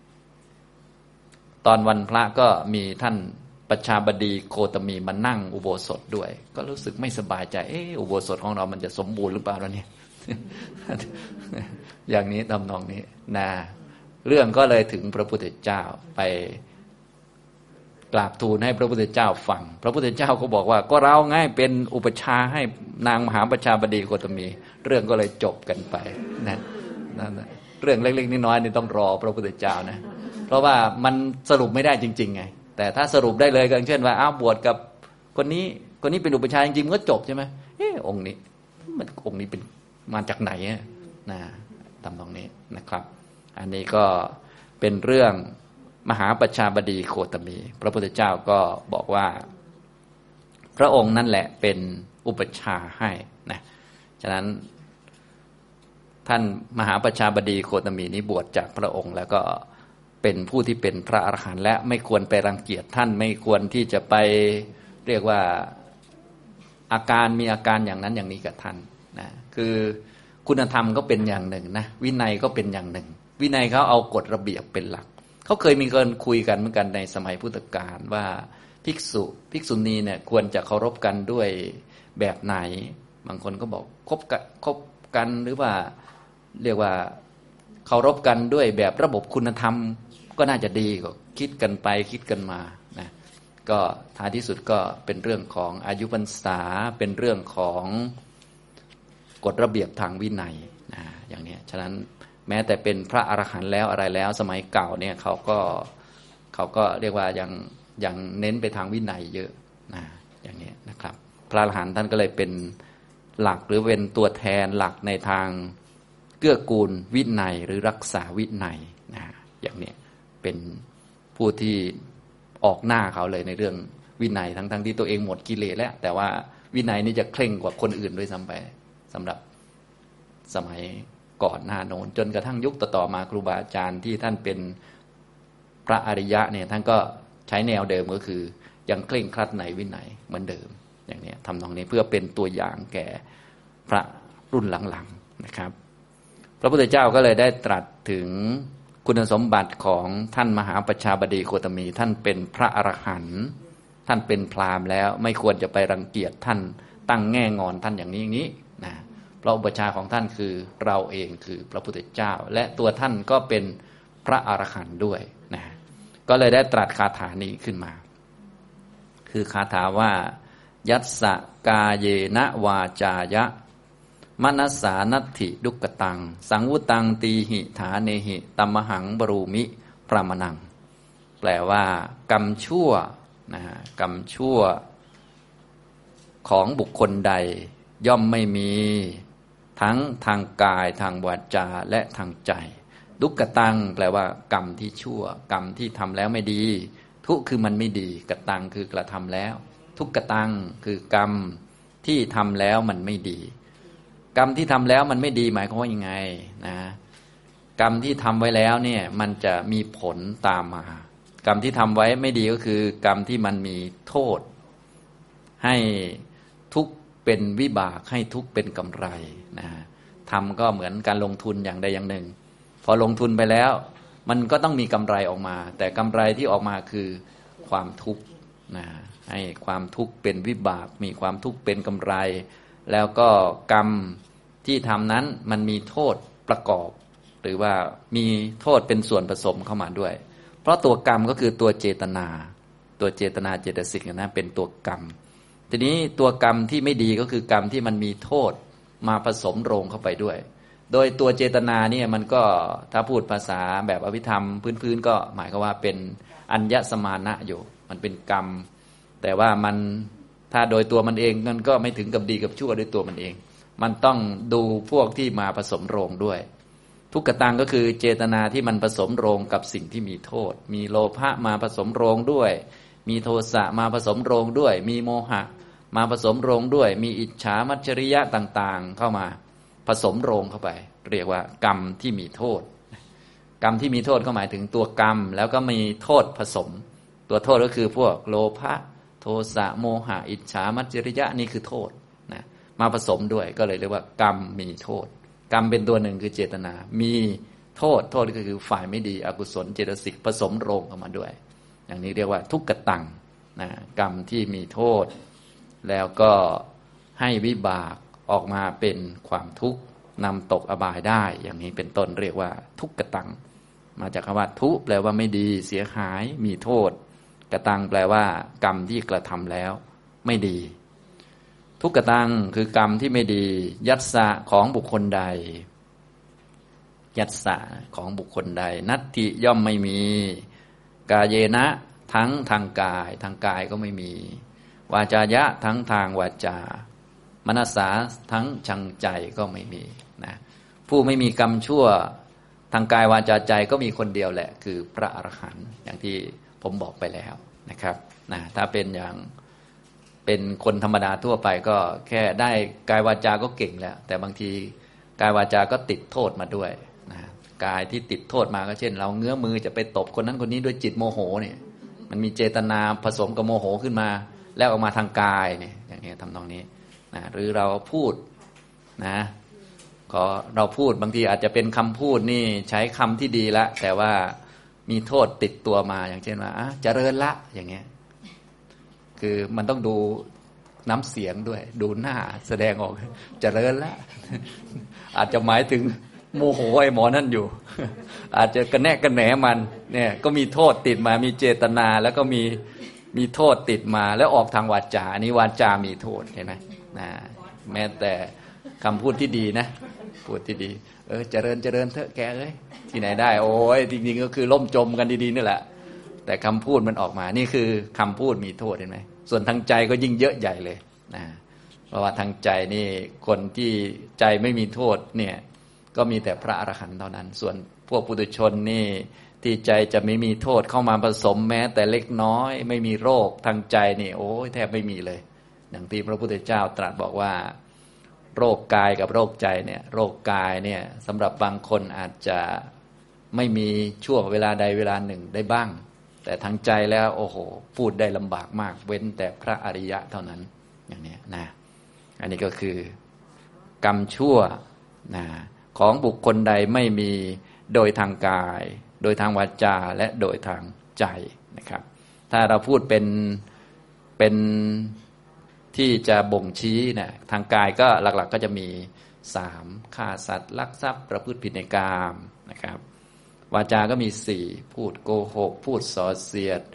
ตอนวันพระก็มีท่านประชาบดีโคตมีมานั่งอุโบสถด้วยก็รู้สึกไม่สบายใจเอออุโบสถของเรามันจะสมบูรณ์หรือเปล่าแล้วเนี่ย อย่างนี้ทำนองนี้นะเรื่องก็เลยถึงพระพุทธเจ้าไปกราบทูลให้พระพุทธเจ้าฟังพระพุทธเจ้าก็บอกว่าก็เราง่ายเป็นอุปชาให้นางมหาประชาบดีโคตมีเรื่องก็เลยจบกันไปนะนั่นเรื่องเล็กๆน้อยๆนี่ต้องรอพระพุทธเจ้านะเพราะว่ามันสรุปไม่ได้จริงๆไงแต่ถ้าสรุปได้เลยก็เช่นว่าอ้าวบวชกับคนนี้คนนี้เป็นอุปชาจริงๆมันก็จบใช่ไหมเออองค์นี้มันองค์นี้เป็นมาจากไหนนะตามตรงนี้นะครับอันนี้ก็เป็นเรื่องมหาประชาบดีโคตมีพระพุทธเจ้าก็บอกว่าพระองค์นั่นแหละเป็นอุปชาให้นะฉะนั้นท่านมหาประชาบดีโคตมีนี้บวชจากพระองค์แล้วก็เป็นผู้ที่เป็นพระอรหันต์และไม่ควรไปรังเกียจท่านไม่ควรที่จะไปเรียกว่าอาการมีอาการอย่างนั้นอย่างนี้กับท่านนะคือคุณธรรมก็เป็นอย่างหนึ่งนะวินัยก็เป็นอย่างหนึ่งวินัยเขาเอากฎระเบียบเป็นหลักเขาเคยมีการคุยกันเหมือนกันในสมัยพุทธกาลว่าภิกษุภิกษุณีเนี่ยควรจะเคารพกันด้วยแบบไหนบางคนก็บอกคบกันคบกันหรือว่าเรียกว่าเคารพกันด้วยแบบระบบคุณธรรมก็น่าจะดีก็คิดกันไปคิดกันมานะก็ท้ายที่สุดก็เป็นเรื่องของอายุพรรษาเป็นเรื่องของกฎระเบียบทางวินัยนะอย่างนี้ฉะนั้นแม้แต่เป็นพระอรหันต์แล้วอะไรแล้วสมัยเก่าเนี่ยเขาก็เขาก็เรียกว่ายังยังเน้นไปทางวินัยเยอะนะอย่างนี้นะครับพระอรหันต์ท่านก็เลยเป็นหลักหรือเป็นตัวแทนหลักในทางเกื้อกูลวินัยหรือรักษาวินัยนะอย่างนี้เป็นผู้ที่ออกหน้าเขาเลยในเรื่องวินัยทั้งทั้งที่ตัวเองหมดกิเลสแล้วแต่ว่าวินัยนี่จะเคร่งกว่าคนอื่นด้วยซ้ำไปสำหรับสมัยก่อนหน้าโน้นจนกระทั่งยุคต่อๆมาครูบาอาจารย์ที่ท่านเป็นพระอริยะเนี่ยท่านก็ใช้แนวเดิมก็คือยังเคร่งครัดในวินัยเหมือนเดิมอย่างนี้ทำตรงนี้เพื่อเป็นตัวอย่างแก่พระรุ่นหลังๆนะครับพระพุทธเจ้าก็เลยได้ตรัสถึงคุณสมบัติของท่านมหาประชาบดีโคตมีท่านเป็นพระอรหันต์ท่านเป็นพราหมณ์แล้วไม่ควรจะไปรังเกียจท่านตั้งแง่งอนท่านอย่างนี้อย่างนี้นะเพราะอุปชาของท่านคือเราเองคือพระพุทธเจ้าและตัวท่านก็เป็นพระอรหันต์ด้วยนะก็เลยได้ตรัสคาถานี้ขึ้นมาคือคาถาว่ายัสสะกาเยนะวาจายะมนัสสานัตถิดุกตังสังวุตังตีหิฐาเนหิตัมมหังบรูมิพระมนังแปลว่ากรรมชั่วนะกรรมชั่วของบุคคลใดย่อมไม่มีทั้งทางกายทางวาจาและทางใจดุกตังแปลว่ากรรมที่ชั่วกรรมที่ทำแล้วไม่ดีทุคือมันไม่ดีกตังคือกระทำแล้วทุกตังคือกรรมที่ทำแล้วมันไม่ดีกรรมที่ทำแล้วมันไม่ดีหมายความว่ายังไงนะกรรมที่ทำไว้แล้วเนี่ยมันจะมีผลตามมากรรมที่ทำไว้ไม่ดีก็คือกรรมที่มันมีโทษให้ทุกข์เป็นวิบากให้ทุกข์เป็นกำไรนะทำก็เหมือนการลงทุนอย่างใดอย่างหนึ่งพอลงทุนไปแล้วมันก็ต้องมีกำไรออกมาแต่กำไรที่ออกมาคือความทุกข์นะให้ความทุกข์เป็นวิบากมีความทุกข์เป็นกำไรแล้วก็กรรมที่ทำนั้นมันมีโทษประกอบหรือว่ามีโทษเป็นส่วนผสมเข้ามาด้วยเพราะตัวกรรมก็คือตัวเจตนาตัวเจตนาเจตสิกนะเป็นตัวกรรมทีนี้ตัวกรรมที่ไม่ดีก็คือกรรมที่มันมีโทษมาผสมโรงเข้าไปด้วยโดยตัวเจตนาเนี่ยมันก็ถ้าพูดภาษาแบบอภิธรรมพื้นๆก็หมายความว่าเป็นอัญญสมานะอยู่มันเป็นกรรมแต่ว่ามันถ้าโดยตัวมันเองมันก็ไม่ถึงกับดีกับชั่วด้วยตัวมันเองมันต้องดูพวกที่มาผสมโรงด้วยทุกขตังก็คือเจตนาที่มันผสมโรงกับสิ่งที่มีโทษมีโลภะมาผสมโรงด้วยมีโทสะมาผสมโรงด้วยมีโมหะมาผสมโรงด้วยมีอิจฉามัจฉริยะต่างๆเข้ามาผสมโรงเข้าไปเรียกว่ากรรมที่มีโทษกรรมที่มีโทษก็หมายถึงตัวกรรมแล้วก็มีโทษผสมตัวโทษก็คือพวกโลภะโทสะโมหะอิจฉามัจฉริยะนี่คือโทษนะมาผสมด้วยก็เลยเรียกว่ากรรมมีโทษกรรมเป็นตัวหนึ่งคือเจตนามีโทษโทษก็คือฝ่ายไม่ดีอกุศลเจตสิกผสมโรงเข้ามาด้วยอย่างนี้เรียกว่าทุกขตังนะกรรมที่มีโทษแล้วก็ให้วิบากออกมาเป็นความทุกข์นำตกอบายได้อย่างนี้เป็นต้นเรียกว่าทุกขตังมาจากคำว่าทุแปลว่าไม่ดีเสียหายมีโทษกตังแปลว่ากรรมที่กระทำแล้วไม่ดีทุกขตังคือกรรมที่ไม่ดียัสสะของบุคคลใดยัสสะของบุคคลใดนัตถิย่อมไม่มีกาเยนะทั้งทางกายทางกายก็ไม่มีวาจายะทั้งทางวาจามนัสสาทั้งชังใจก็ไม่มีนะผู้ไม่มีกรรมชั่วทางกายวาจาใจก็มีคนเดียวแหละคือพระอรหันต์อย่างที่ผมบอกไปแล้วนะครับนะถ้าเป็นอย่างเป็นคนธรรมดาทั่วไปก็แค่ได้กายวาจาก็เก่งแล้วแต่บางทีกายวาจาก็ติดโทษมาด้วยนะกายที่ติดโทษมาก็เช่นเราเงื้อมือจะไปตบคนนั้นคนนี้ด้วยจิตโมโหเนี่ยมันมีเจตนาผสมกับโมโหขึ้นมาแล้วออกมาทางกายเนี่ยอย่างนี้ทำตรงนี้นะหรือเราพูดนะขอเราพูดบางทีอาจจะเป็นคำพูดนี่ใช้คำที่ดีละแต่ว่ามีโทษติดตัวมาอย่างเช่นว่าเจริญละอย่างเงี้ยคือมันต้องดูน้ำเสียงด้วยดูหน้าแสดงออกเจริญละอาจจะหมายถึงโมโหไอ้หมอนั่นอยู่อาจจะกระแนกกระแหนมันเนี่ยก็มีโทษติดมามีเจตนาแล้วก็มีมีโทษติดมาแล้วออกทางวาจาอันนี้วาจามีโทษเห็นไหมนะแม้แต่คำพูดที่ดีนะพูดที่ดีเออเจริญเจริญเถอะแกเอ้ยที่ไหนได้โอ้ยจริงๆก็คือล่มจมกันดีๆนี่แหละแต่คำพูดมันออกมานี่คือคำพูดมีโทษเห็นไหมส่วนทางใจก็ยิ่งเยอะใหญ่เลยนะเพราะว่าทางใจนี่คนที่ใจไม่มีโทษเนี่ยก็มีแต่พระอรหันต์เท่านั้นส่วนพวกปุถุชนนี่ที่ใจจะไม่มีโทษเข้ามาผสมแม้แต่เล็กน้อยไม่มีโรคทางใจนี่โอ้ยแทบไม่มีเลยอย่างที่พระพุทธเจ้าตรัสบอกว่าโรคกายกับโรคใจเนี่ยโรคกายเนี่ยสำหรับบางคนอาจจะไม่มีช่วงเวลาใดเวลาหนึ่งได้บ้างแต่ทางใจแล้วโอ้โหพูดได้ลำบากมากเว้นแต่พระอริยะเท่านั้นอย่างนี้นะอันนี้ก็คือกรรมชั่วนะของบุคคลใดไม่มีโดยทางกายโดยทางวาจาและโดยทางใจนะครับถ้าเราพูดเป็นเป็นที่จะบ่งชี้นะทางกายก็หลักๆ ก็จะมีสามฆ่าสัตว์ลักทรัพย์ประพฤติผิดในกามนะครับวาจาก็มีสี่พูดโกหกพูดส่อเสียด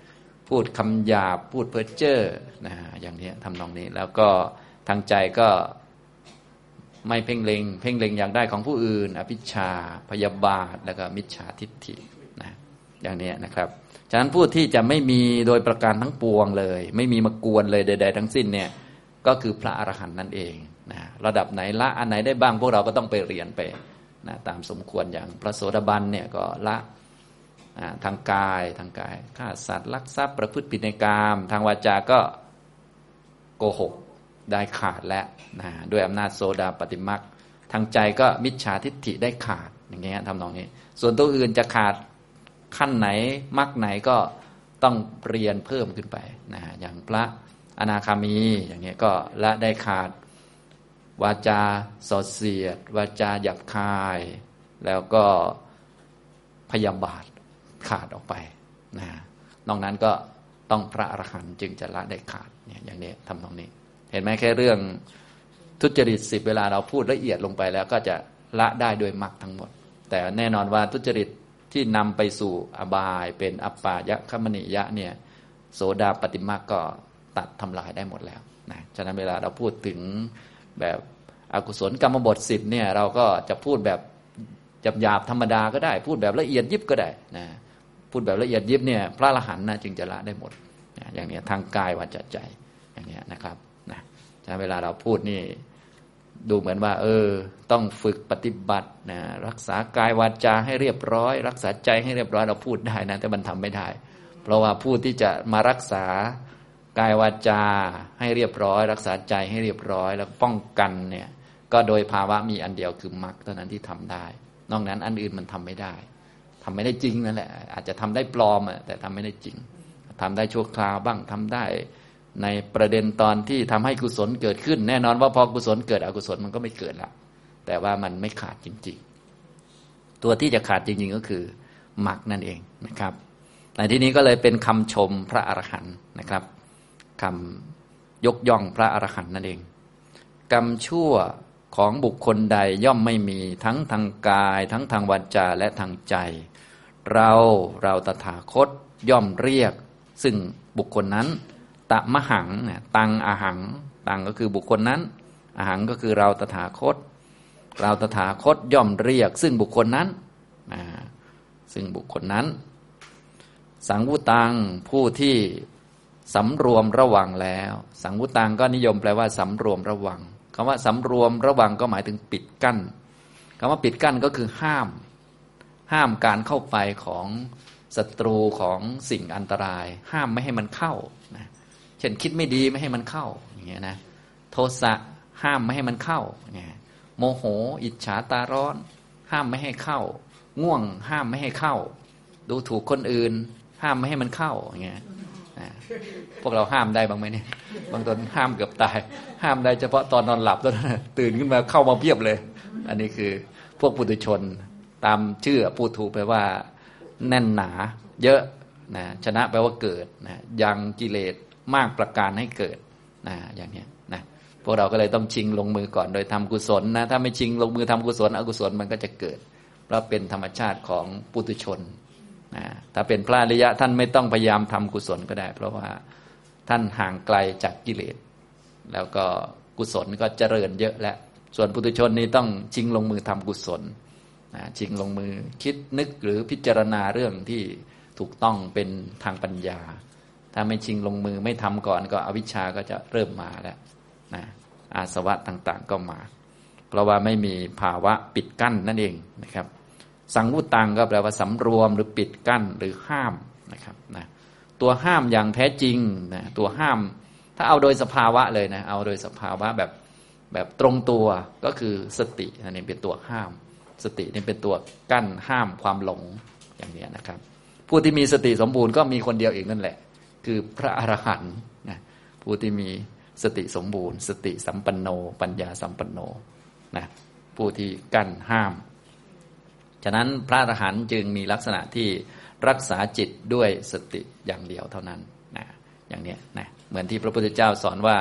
พูดคำหยาบพูดเพ้อเจ้อนะอย่างนี้ทำนองนี้แล้วก็ทางใจก็ไม่เพ่งเล็งเพ่งเล็งอยากได้ของผู้อื่นอภิชาพยาบาทแล้วก็มิจฉาทิฏฐินะอย่างนี้นะครับฉะนั้นผู้ที่จะไม่มีโดยประการทั้งปวงเลยไม่มีมากวนเลยใดๆทั้งสิ้นเนี่ยก็คือพระอรหันต์นั่นเองนะระดับไหนละอันไหนได้บ้างพวกเราก็ต้องไปเรียนไปนะตามสมควรอย่างพระโสดาบันเนี่ยก็ละทางกายทางกายฆ่าสัตว์ลักทรัพย์ประพฤติผิดในกามทางวาจาก็โกหกได้ขาดแล้วนะด้วยอำนาจโสดาปฏิมักข์ทางใจก็มิจฉาทิฏฐิได้ขาดอย่างเงี้ยทำนองนี้ส่วนตัวอื่นจะขาดขั้นไหนมรรคไหนก็ต้องเรียนเพิ่มขึ้นไปนะอย่างพระอนาคามีอย่างเงี้ยก็ละได้ขาดวาจาส่อเสียดวาจาหยาบคายแล้วก็พยาบาทขาดออกไปนะนอกนั้นก็ต้องพระอรหันต์จึงจะละได้ขาดเนี่ยอย่างนี้ทำตรงนี้เห็นไหมแค่เรื่องทุจริตสิบเวลาเราพูดละเอียดลงไปแล้วก็จะละได้โดยมรรคทั้งหมดแต่แน่นอนว่าทุจริตที่นำไปสู่อบายเป็นอัปปายะคัมมณิยะเนี่ยโสดาปฏิมรรคก็ตัดทำลายได้หมดแล้วนะฉะนั้นเวลาเราพูดถึงแบบอกุศลกรรมบทสิบเนี่ยเราก็จะพูดแบบหยาบๆธรรมดาก็ได้พูดแบบละเอียดยิบก็ได้นะพูดแบบละเอียดยิบเนี่ยพระอรหันต์นะจึงจะละได้หมดนะอย่างนี้ทางกายวาจาใจอย่างนี้นะครับนะฉะนั้นเวลาเราพูดนี่ดูเหมือนว่าเออต้องฝึกปฏิบัตินะรักษากายวาจาให้เรียบร้อยรักษาใจให้เรียบร้อยเราพูดได้นะแต่มันทำไม่ได้เพราะว่าผู้ที่จะมารักษากายวาจาให้เรียบร้อยรักษาใจให้เรียบร้อยแล้วป้องกันเนี่ยก็โดยภาวะมีอันเดียวคือมรรคเท่านั้นที่ทำได้นอกนั้นอันอื่นมันทำไม่ได้ทำไม่ได้จริงนั่นแหละอาจจะทำได้ปลอมแต่ทำไม่ได้จริงทำได้ชั่วคราวบ้างทำได้ในประเด็นตอนที่ทำให้กุศลเกิดขึ้นแน่นอนว่าพอกุศลเกิดอกุศลมันก็ไม่เกิดละแต่ว่ามันไม่ขาดจริงๆตัวที่จะขาดจริงๆก็คือมรรคนั่นเองนะครับในที่นี้ก็เลยเป็นคำชมพระอรหันต์นะครับคำยกย่องพระอรหันต์นั่นเองกรรมชั่วของบุคคลใดย่อมไม่มีทั้งทางกายทั้งทางวาจาและทางใจเราเราตถาคตย่อมเรียกซึ่งบุคคลนั้นตะมหังตังอาหังตังก็คือบุคคลนั้นอาหังก็คือเราตถาคตเราตถาคตย่อมเรียกซึ่งบุคคลนั้นซึ่งบุคคลนั้นสังวุตังผู้ที่สำรวมระวังแล้วสังวุตังก็นิยมแปลว่าสำรวมระวังคำว่าสำรวมระวังก็หมายถึงปิดกั้นคำว่าปิดกั้นก็คือห้ามห้ามการเข้าไปของศัตรูของสิ่งอันตรายห้ามไม่ให้มันเข้านะเช่นคิดไม่ดีไม่ให้มันเข้าอย่างเงี้ยนะโทสะห้ามไม่ให้มันเข้าเนี่ยโมโหอิจฉาตาร้อนห้ามไม่ให้เข้าง่วงห้ามไม่ให้เข้าดูถูกคนอื่นห้ามไม่ให้มันเข้าอย่างเงี้ยนะพวกเราห้ามได้บ้างไหมเนี่ยบางตนห้ามเกือบตายห้ามได้เฉพาะตอนนอนหลับเท่านั้นตื่นขึ้นมาเข้ามาเพียบเลยอันนี้คือพวกปุถุชนตามชื่อพูดถูกแปลว่าแน่นหนาเยอะนะชนะแปลว่าเกิดนะยังกิเลสมากประการให้เกิดนะอย่างนี้นะพวกเราก็เลยต้องชิงลงมือก่อนโดยทำกุศลนะถ้าไม่ชิงลงมือทำกุศลอกุศลมันก็จะเกิดเพราะเป็นธรรมชาติของปุถุชนนะถ้าเป็นพระอริยะท่านไม่ต้องพยายามทำกุศลก็ได้เพราะว่าท่านห่างไกลจากกิเลสแล้วก็กุศลก็เจริญเยอะแล้วส่วนปุถุชนนี้ต้องชิงลงมือทำกุศลนะชิงลงมือคิดนึกหรือพิจารณาเรื่องที่ถูกต้องเป็นทางปัญญาถ้าไม่ชิงลงมือไม่ทำก่อนก็อวิชชาก็จะเริ่มมาแล้วนะอาสวะต่างๆก็มาเพราะว่าไม่มีภาวะปิดกั้นนั่นเองนะครับสังวุตังก็แปลว่าสำรวมหรือปิดกั้นหรือห้ามนะครับนะตัวห้ามอย่างแท้จริงนะตัวห้ามถ้าเอาโดยสภาวะเลยนะเอาโดยสภาวะแบบแบบตรงตัวก็คือสตินั่นเองเป็นตัวห้ามสตินี่เป็นตัวกั้นห้ามความหลงอย่างนี้นะครับผู้ที่มีสติสมบูรณ์ก็มีคนเดียวเองนั่นแหละคือพระอรหันต์นะผู้ที่มีสติสมบูรณ์สติสัมปันโนปัญญาสัมปันโนนะผู้ที่กั้นห้ามฉะนั้นพระอรหันต์จึงมีลักษณะที่รักษาจิตด้วยสติอย่างเดียวเท่านั้นนะอย่างนี้นะเหมือนที่พระพุทธเจ้าสอนว่า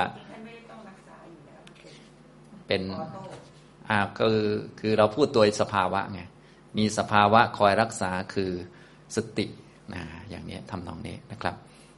เป็นอ่าคือคือเราพูดตัวสภาวะไงมีสภาวะคอยรักษาคือสตินะอย่างนี้ทำนองนี้นะครับ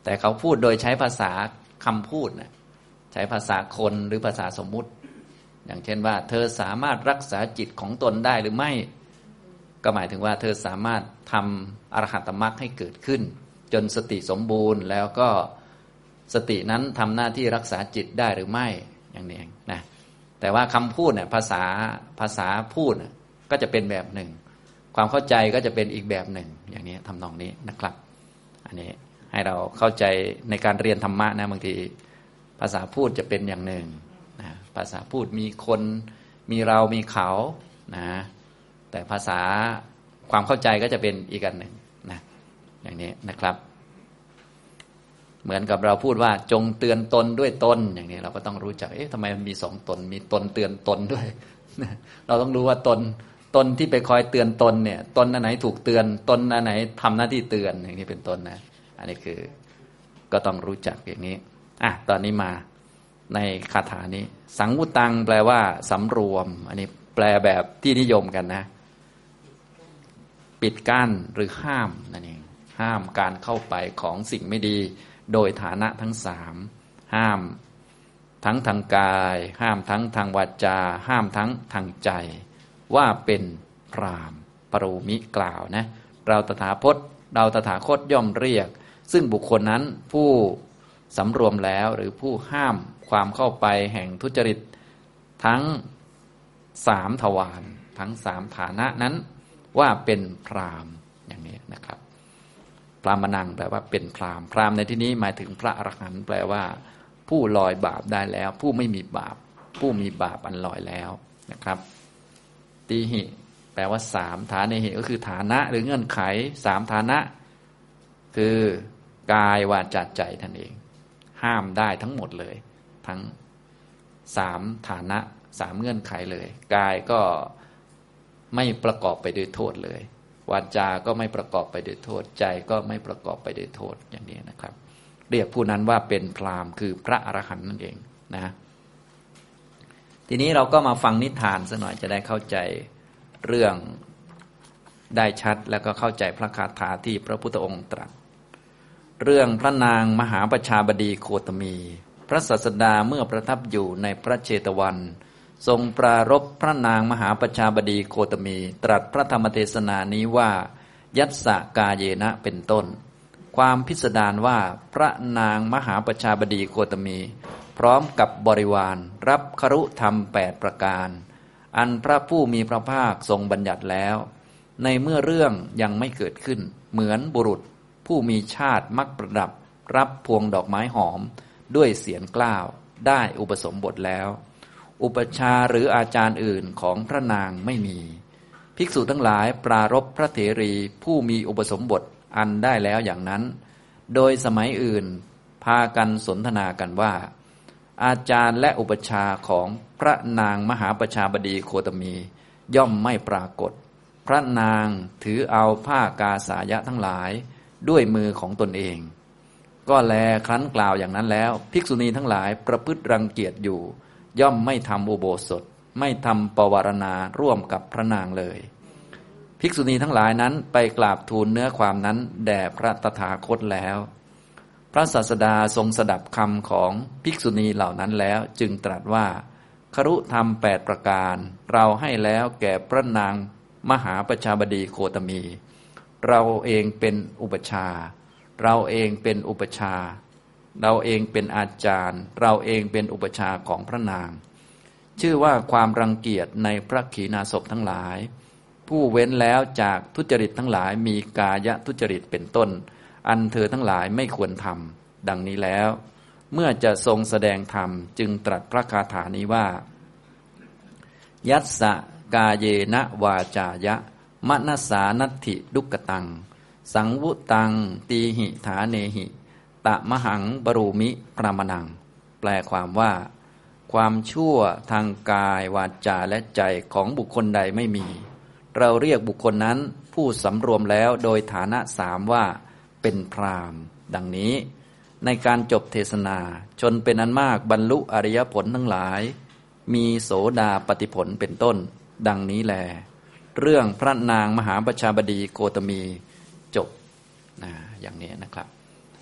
แต่เขาพูดโดยใช้ภาษาคำพูดนะใช้ภาษาคนหรือภาษาสมมุติอย่างเช่นว่าเธอสามารถรักษาจิตของตนได้หรือไม่ก็หมายถึงว่าเธอสามารถทำอรหัตมรรคให้เกิดขึ้นจนสติสมบูรณ์แล้วก็สตินั้นทำหน้าที่รักษาจิตได้หรือไม่อย่างนี้เองนะแต่ว่าคำพูดเนี่ยภาษาภาษาพูดก็จะเป็นแบบหนึ่งความเข้าใจก็จะเป็นอีกแบบหนึ่งอย่างนี้ทำนองนี้นะครับอันนี้ให้เราเข้าใจในการเรียนธรรมะนะบางทีภาษาพูดจะเป็นอย่างหนึ่งนะภาษาพูดมีคนมีเรามีเขานะแต่ภาษาความเข้าใจก็จะเป็นอีกอันหนึ่งนะอย่างนี้นะครับเหมือนกับเราพูดว่าจงเตือนตนด้วยตนอย่างนี้เราก็ต้องรู้จักเอ๊ะทำไมมันมีสองตนมีตนเตือนตนด้วยเราต้องรู้ว่าตนตนที่ไปคอยเตือนตนเนี่ยตนอันไหนถูกเตือนตนอันไหนทำหน้าที่เตือนอย่างนี้เป็นต้นนะอันนี้คือก็ต้องรู้จักอย่างนี้อ่ะตอนนี้มาในคาถานี้สังวุตังแปลว่าสำรวมอันนี้แปลแบบที่นิยมกันนะปิดกั้นหรือห้ามนั่นเองห้ามการเข้าไปของสิ่งไม่ดีโดยฐานะทั้งสามห้ามทั้งทางกายห้ามทั้งทางวาจาห้ามทั้งทางใจว่าเป็นพรามปรูมิกล่าวนะเราตถาคตเราตถาคตย่อมเรียกซึ่งบุคคลนั้นผู้สำรวมแล้วหรือผู้ห้ามความเข้าไปแห่งทุจริตทั้งสามทวารทั้งสามฐานะนั้นว่าเป็นพรามอย่างนี้นะครับพรามนังแปลว่าเป็นพรามพรามในที่นี้หมายถึงพระอรหันต์แปลว่าผู้ลอยบาปได้แล้วผู้ไม่มีบาปผู้มีบาปอันลอยแล้วนะครับตีหิแปลว่าสามฐานะหิก็คือฐานะหรือเงื่อนไขสามฐานะคือกายวาจาใจท่านเองห้ามได้ทั้งหมดเลยทั้งสามฐานะสามเงื่อนไขเลยกายก็ไม่ประกอบไปด้วยโทษเลยวาจาก็ไม่ประกอบไปด้วยโทษใจก็ไม่ประกอบไปด้วยโทษอย่างนี้นะครับเรียกผู้นั้นว่าเป็นพราหมณ์คือพระอรหันต์นั่นเองนะทีนี้เราก็มาฟังนิทานซะหน่อยจะได้เข้าใจเรื่องได้ชัดแล้วก็เข้าใจพระคาถาที่พระพุทธองค์ตรัสเรื่องพระนางมหาประชาบดีโคตมีพระศาสดาเมื่อประทับอยู่ในพระเชตวันทรงปรารภพระนางมหาประชาบดีโคตมีตรัสพระธรรมเทศนานี้ว่ายัสสะกาเยนะเป็นต้นความพิสดารว่าพระนางมหาประชาบดีโคตมีพร้อมกับบริวารรับครุธรรมแปดประการอันพระผู้มีพระภาคทรงบัญญัติแล้วในเมื่อเรื่องยังไม่เกิดขึ้นเหมือนบุรุษผู้มีชาติมักประดับรับพวงดอกไม้หอมด้วยเสียงกล้าวได้อุปสมบทแล้วอุปชาหรืออาจารย์อื่นของพระนางไม่มีภิกษุทั้งหลายปรารภพระเถรีผู้มีอุปสมบทอันได้แล้วอย่างนั้นโดยสมัยอื่นพากันสนทนากันว่าอาจารย์และอุปชาของพระนางมหาประชาบดีโคตมีย่อมไม่ปรากฏพระนางถือเอาผ้ากาสายะทั้งหลายด้วยมือของตนเองก็แลครั้นกล่าวอย่างนั้นแล้วภิกษุณีทั้งหลายประพฤติรังเกียจอยู่ย่อมไม่ทำอุโบสถไม่ทำปวารณาร่วมกับพระนางเลยภิกษุณีทั้งหลายนั้นไปกราบทูลเนื้อความนั้นแด่พระตถาคตแล้วพระศาสดาทรงสดับคำของภิกษุณีเหล่านั้นแล้วจึงตรัสว่าครุธรรมแปดประการเราให้แล้วแก่พระนางมหาประชาบดีโคตมีเราเองเป็นอุปชาเราเองเป็นอุปชาเราเองเป็นอาจารย์เราเองเป็นอุปชาของพระนางชื่อว่าความรังเกียจในพระขีณาสพทั้งหลายผู้เว้นแล้วจากทุจริตทั้งหลายมีกายทุจริตเป็นต้นอันเธอทั้งหลายไม่ควรทำดังนี้แล้วเมื่อจะทรงแสดงธรรมจึงตรัสพระคาถานี้ว่ายัสสะกาเยนะวาจายะมนสานัตถิดุกตังสังวุตังตีหิฐาเนหิตะมหังบรูมิพรามนังแปลความว่าความชั่วทางกายวาจาและใจของบุคคลใดไม่มีเราเรียกบุคคลนั้นผู้สำรวมแล้วโดยฐานะสามว่าเป็นพราหมณ์ดังนี้ในการจบเทศนาชนเป็นอันมากบรรลุอริยผลทั้งหลายมีโสดาปัตติผลเป็นต้นดังนี้แลเรื่องพระนางมหาประชาบดีโคตมีจบนะอย่างนี้นะครับ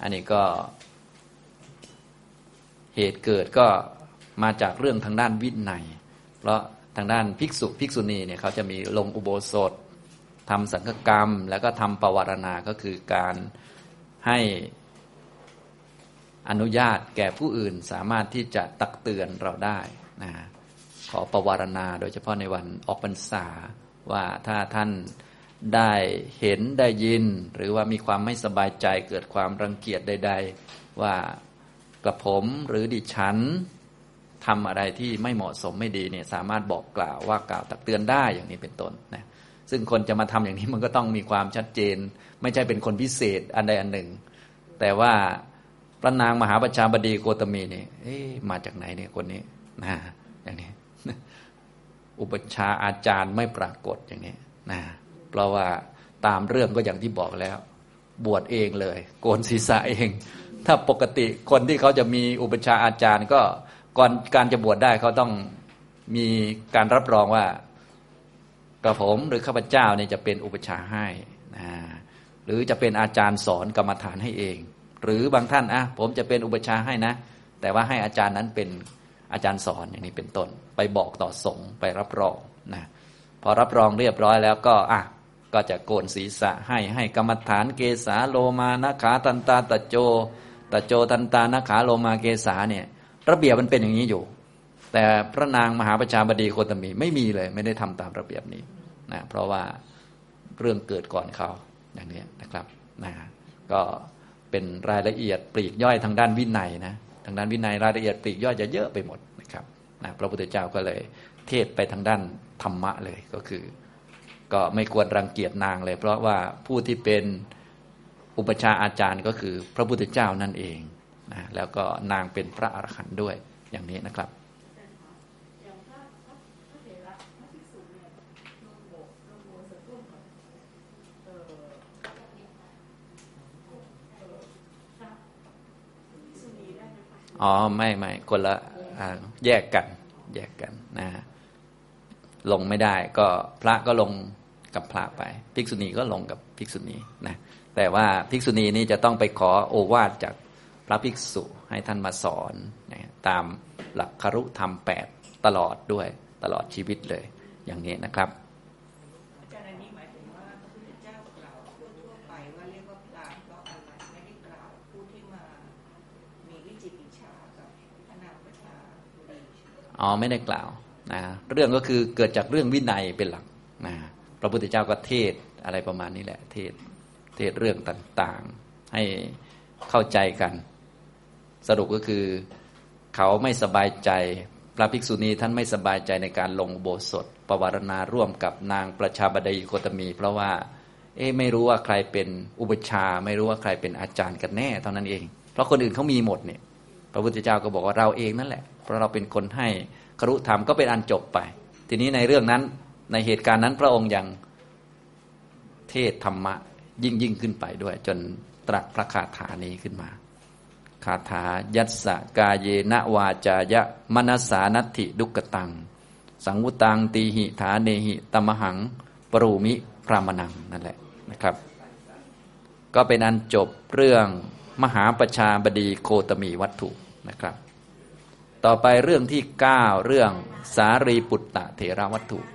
อันนี้ก็เหตุเกิดก็มาจากเรื่องทางด้านวินัยเพราะทางด้านภิกษุภิกษุณีเนี่ยเขาจะมีลงอุโบสถทำสังฆกรรมแล้วก็ทำปวารณาก็คือการให้อนุญาตแก่ผู้อื่นสามารถที่จะตักเตือนเราได้นะขอปวารณาโดยเฉพาะในวันออกพรรษาว่าถ้าท่านได้เห็นได้ยินหรือว่ามีความไม่สบายใจเกิดความรังเกียจใดๆว่ากระผมหรือดิฉันทำอะไรที่ไม่เหมาะสมไม่ดีเนี่ยสามารถบอกกล่าวว่ากล่าวตักเตือนได้อย่างนี้เป็นต้นนะซึ่งคนจะมาทำอย่างนี้มันก็ต้องมีความชัดเจนไม่ใช่เป็นคนพิเศษอันใดอันหนึ่งแต่ว่าพระนางมหาประชาบดีโคตมีนี่เอ๊ะมาจากไหนเนี่ยคนนี้นะอย่างนี้อุปชาอาจารย์ไม่ปรากฏอย่างนี้นะเพราะว่าตามเรื่องก็อย่างที่บอกแล้วบวชเองเลยโกนศีรษะเองถ้าปกติคนที่เขาจะมีอุปชาอาจารย์ก็ก่อนการจะบวชได้เขาต้องมีการรับรองว่ากระผมหรือข้าพเจ้าเนี่ยจะเป็นอุปชาให้นะหรือจะเป็นอาจารย์สอนกรรมฐานให้เองหรือบางท่านอ่ะผมจะเป็นอุปชาให้นะแต่ว่าให้อาจารย์นั้นเป็นอาจารย์สอนอย่างนี้เป็นต้นไปบอกต่อสงฆ์ไปรับรองนะพอรับรองเรียบร้อยแล้วก็อ่ะก็จะโกนศีรษะให้ให้กรรมฐานเกสาโลมานะขาตันตาตะโจตะโจตันตานะขาโลมาเกสาเนี่ยระเบียบมันเป็นอย่างนี้อยู่แต่พระนางมหาประชาบดีโคตมีไม่มีเลยไม่ได้ทำตามระเบียบนี้นะเพราะว่าเรื่องเกิดก่อนเขาอย่างนี้นะครับนะก็เป็นรายละเอียดปลีกย่อยทางด้านวินัยนะทางด้านวินัยรายละเอียดปลีกย่อยจะเยอะไปหมดนะครับนะพระพุทธเจ้าก็เลยเทศไปทางด้านธรรมะเลยก็คือก็ไม่ควรรังเกียจนางเลยเพราะว่าผู้ที่เป็นอุปชาอาจารย์ก็คือพระพุทธเจ้านั่นเองนะแล้วก็นางเป็นพระอรหันต์ด้วยอย่างนี้นะครับอ๋อไม่ไม่คนละแยกกันแยกกันนะลงไม่ได้ก็พระก็ลงกับพระไปภิกษุณีก็ลงกับภิกษุณีนะแต่ว่าภิกษุณีนี่จะต้องไปขอโอวาทจากพระภิกษุให้ท่านมาสอนนะตามหลักครุธรรมแปดตลอดด้วยตลอดชีวิตเลยอย่างนี้นะครับอาจารย์อันนี้หมายถึงว่าพระพุทธเจ้ากล่าวทั่วๆไปว่าเรียกว่าพราหมณ์เพราะอะไรไม่ได้กล่าวผู้ที่มามีวิจิกิจฉากับพระนางประชาบดีอ๋อไม่ได้กล่าวนะเรื่องก็คือเกิดจากเรื่องวินัยเป็นหลักนะพระพุทธเจ้าก็เทศอะไรประมาณนี้แหละเทศเทศเรื่องต่างๆให้เข้าใจกันสรุปก็คือเขาไม่สบายใจพระภิกษุณีท่านไม่สบายใจในการลงอุโบสถปวารณาร่วมกับนางประชาบดีโคตมีเพราะว่าเอ๊ะไม่รู้ว่าใครเป็นอุปชาไม่รู้ว่าใครเป็นอาจารย์กันแน่เท่านั้นเองเพราะคนอื่นเขามีหมดเนี่ยพระพุทธเจ้าก็บอกว่าเราเองนั่นแหละเพราะเราเป็นคนให้ครุธรรมก็เป็นอันจบไปทีนี้ในเรื่องนั้นในเหตุการณ์นั้นพระองค์ยังเทศธรรมะยิ่งยิ่งขึ้นไปด้วยจนตรัสพระคาถานี้ขึ้นมาคาถายัสสะกาเยนะวาจายะมนัสสานัตถิดุกตังสังวุตังตีหิฐาเนหิตมหังปรูมิพรามนังนั่นแหละนะครับก็เป็นอันจบเรื่องมหาประชาบดีโคตมีวัตถุนะครับต่อไปเรื่องที่เก้าเรื่องสารีปุตตะเถระวัตถุ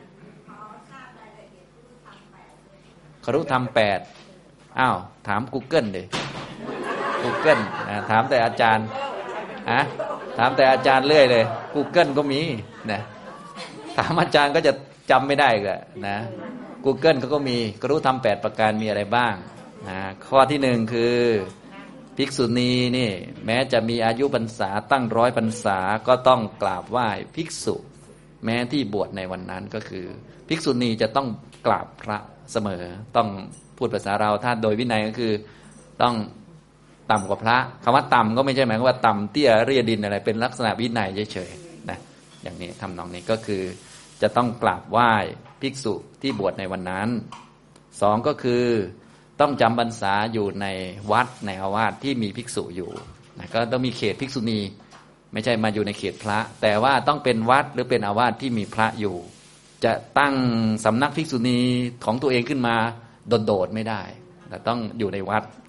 ครุธรรมแปดอ้าวถาม Google ดิ Google นะถามแต่อาจารย์อะถามแต่อาจารย์เรื่อยเลย Google ก็มีนะถามอาจารย์ก็จะจำไม่ได้อีกอะนะ Google เขาก็มีครุธรรมแปดประการมีอะไรบ้างนะข้อที่หนึ่งคือภิกษุณีนี่แม้จะมีอายุพรรษาตั้งร้อยพรรษาก็ต้องกราบไหว้ภิกษุแม้ที่บวชในวันนั้นก็คือภิกษุณีจะต้องกราบพระเสมอต้องพูดภาษาเราถ้าโดยวินัยก็คือต้องต่ำกว่าพระคำว่าต่ำก็ไม่ใช่หมายความว่าต่ำเตี้ยเรียดินอะไรเป็นลักษณะวินัยเฉยๆนะอย่างนี้ทำนองนี้ก็คือจะต้องกราบไหว้ภิกษุที่บวชในวันนั้นสองก็คือต้องจำพรรษาอยู่ในวัดในอาวาสที่มีภิกษุอยู่นะก็ต้องมีเขตภิกษุณีไม่ใช่มาอยู่ในเขตพระแต่ว่าต้องเป็นวัดหรือเป็นอาวาสที่มีพระอยู่จะตั้งสำนักภิกษุณีของตัวเองขึ้นมาโดดๆไม่ได้แต่ต้องอยู่ในวัด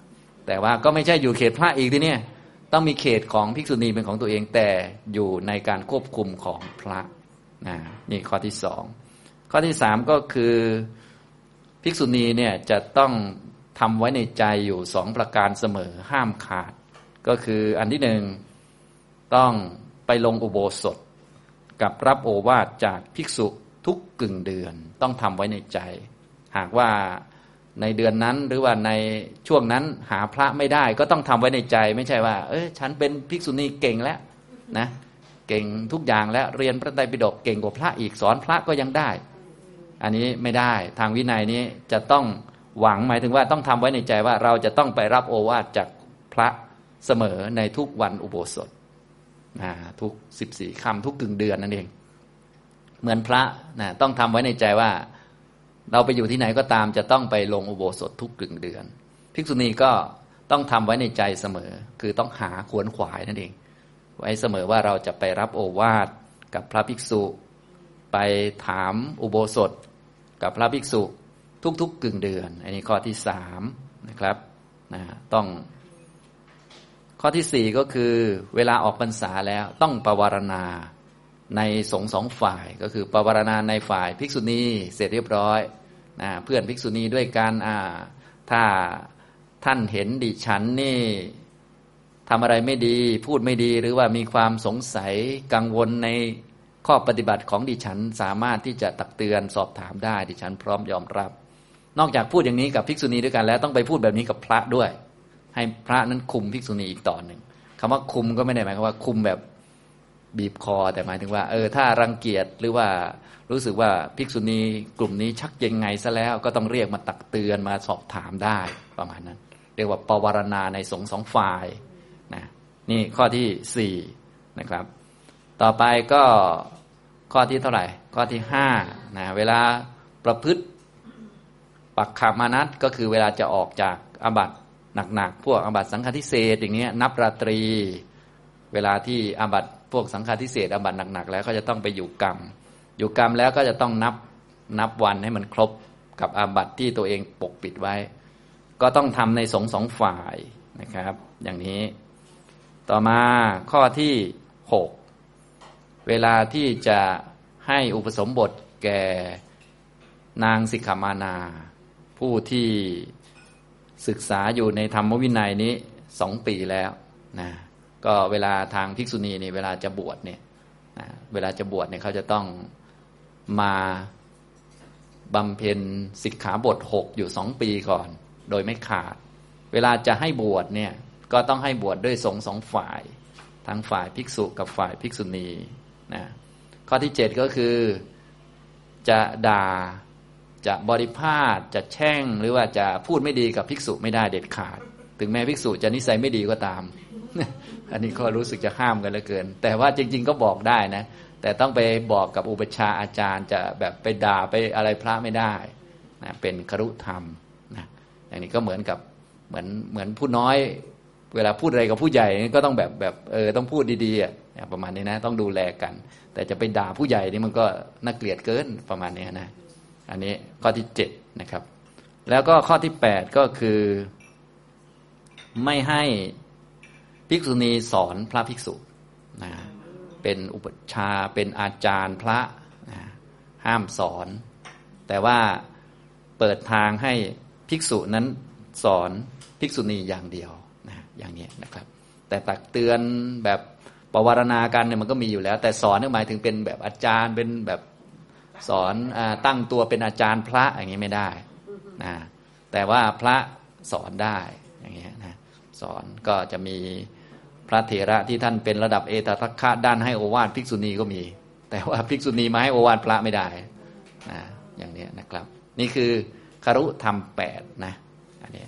แต่ว่าก็ไม่ใช่อยู่เขตพระอีกทีเนี่ยต้องมีเขตของภิกษุณีเป็นของตัวเองแต่อยู่ในการควบคุมของพระนะนี่ข้อที่สองข้อที่สามก็คือภิกษุณีเนี่ยจะต้องทำไว้ในใจอยู่สองประการเสมอห้ามขาดก็คืออันที่หนึ่งต้องไปลงอุโบสถกับรับโอวาทจากภิกษุทุกกึ่งเดือนต้องทำไว้ในใจหากว่าในเดือนนั้นหรือว่าในช่วงนั้นหาพระไม่ได้ก็ต้องทำไว้ในใจไม่ใช่ว่าเอ้ยฉันเป็นภิกษุณีเก่งแล้วนะเก่งทุกอย่างแล้วเรียนพระไตรปิฎกเก่งกว่าพระอีกสอนพระก็ยังได้อันนี้ไม่ได้ทางวินัยนี้จะต้องหวังหมายถึงว่าต้องทำไว้ในใจว่าเราจะต้องไปรับโอวาทจากพระเสมอในทุกวันอุโบสถนะทุกสิบสี่ค่ำทุกกึ่งเดือนนั่นเองเหมือนพระนะต้องทำไว้ในใจว่าเราไปอยู่ที่ไหนก็ตามจะต้องไปลงอุโบสถทุกกึ่งเดือนภิกษุณีก็ต้องทำไว้ในใจเสมอคือต้องหาขวนขวายนั่นเองไว้เสมอว่าเราจะไปรับโอวาทกับพระภิกษุไปถามอุโบสถกับพระภิกษุทุกๆกึ่งเดือนอันนี้ข้อที่สามนะครับนะต้องข้อที่สี่ก็คือเวลาออกพรรษาแล้วต้องปวารณาในสงฆ์สองฝ่ายก็คือปวารณาในฝ่ายภิกษุณีเสร็จเรียบร้อยนะเพื่อนภิกษุณีด้วยกันอ่าถ้าท่านเห็นดิฉันนี่ทำอะไรไม่ดีพูดไม่ดีหรือว่ามีความสงสัยกังวลในข้อปฏิบัติของดิฉันสามารถที่จะตักเตือนสอบถามได้ดิฉันพร้อมยอมรับนอกจากพูดอย่างนี้กับภิกษุณีด้วยกันแล้วต้องไปพูดแบบนี้กับพระด้วยให้พระนั้นคุมภิกษุณีอีกต่อหนึ่งคำว่าคุมก็ไม่ได้หมายความว่าคุมแบบบีบคอแต่หมายถึงว่าเออถ้ารังเกียจหรือว่ารู้สึกว่าภิกษุณีกลุ่มนี้ชักยังไงซะแล้วก็ต้องเรียกมาตักเตือนมาสอบถามได้ประมาณนั้นเรียกว่าปวารณาในสงฆ์สองฝ่ายนะนี่ข้อที่สี่นะครับต่อไปก็ข้อที่เท่าไหร่ข้อที่ห้านะเวลาประพฤติปักขมานัสก็คือเวลาจะออกจากอาบัติหนักๆพวกอาบัติสังฆทิเศษอย่างนี้นับราตรีเวลาที่อาบัติพวกสังฆทิเศษอาบัติหนักๆแล้วก็จะต้องไปอยู่กรรมอยู่กรรมแล้วก็จะต้องนับนับวันให้มันครบกับอาบัติที่ตัวเองปกปิดไว้ก็ต้องทำในสงฆ์สองฝ่ายนะครับอย่างนี้ต่อมาข้อที่หกเวลาที่จะให้อุปสมบทแก่นางสิกขามานาผู้ที่ศึกษาอยู่ในธรรมวินัยนี้สองปีแล้วนะก็เวลาทางภิกษุณีนี่เวลาจะบวชเนี่ยนะเวลาจะบวชเนี่ยเขาจะต้องมาบำเพ็ญสิกขาบทหกอยู่สองปีก่อนโดยไม่ขาดเวลาจะให้บวชเนี่ยก็ต้องให้บวชด้วยสงฆ์สองฝ่ายทั้งฝ่ายภิกษุกับฝ่ายภิกษุณีนะข้อที่เจ็ดก็คือจะด่าจะบริพาทจะแช่งหรือว่าจะพูดไม่ดีกับภิกษุไม่ได้เด็ดขาดถึงแม้ภิกษุจะนิสัยไม่ดีก็ตาม อันนี้ก็รู้สึกจะห้ามกันเหลือเกินแต่ว่าจริงๆก็บอกได้นะแต่ต้องไปบอกกับอุปัชฌาย์อาจารย์จะแบบไปด่าไปอะไรพระไม่ได้นะเป็นครุธรรมนะอย่างนี้ก็เหมือนกับเหมือนเหมือนผู้น้อยเวลาพูดอะไรกับผู้ใหญ่ก็ต้องแบบแบบเออต้องพูดดีๆอ่ะประมาณนี้นะต้องดูแลกันแต่จะไปด่าผู้ใหญ่นี่มันก็น่าเกลียดเกินประมาณนี้นะอันนี้ข้อที่เจ็ดนะครับแล้วก็ข้อที่แปดก็คือไม่ให้ภิกษุณีสอนพระภิกษุนะเป็นอุปัชฌาย์เป็นอาจารย์พระนะห้ามสอนแต่ว่าเปิดทางให้ภิกษุนั้นสอนภิกษุณีอย่างเดียวนะอย่างนี้นะครับแต่ตักเตือนแบบปวารณากันเนี่ยมันก็มีอยู่แล้วแต่สอนเนี่ยหมายถึงเป็นแบบอาจารย์เป็นแบบสอนอ่าตั้งตัวเป็นอาจารย์พระอย่างนี้ไม่ได้นะแต่ว่าพระสอนได้อย่างนี้นะสอนก็จะมีพระเถระที่ท่านเป็นระดับเอตทัคคะด้านให้โอวาทภิกษุณีก็มีแต่ว่าภิกษุณีมาให้โอวาทพระไม่ได้นะอย่างนี้นะครับนี่คือครุธรรมแปดนะอันนี้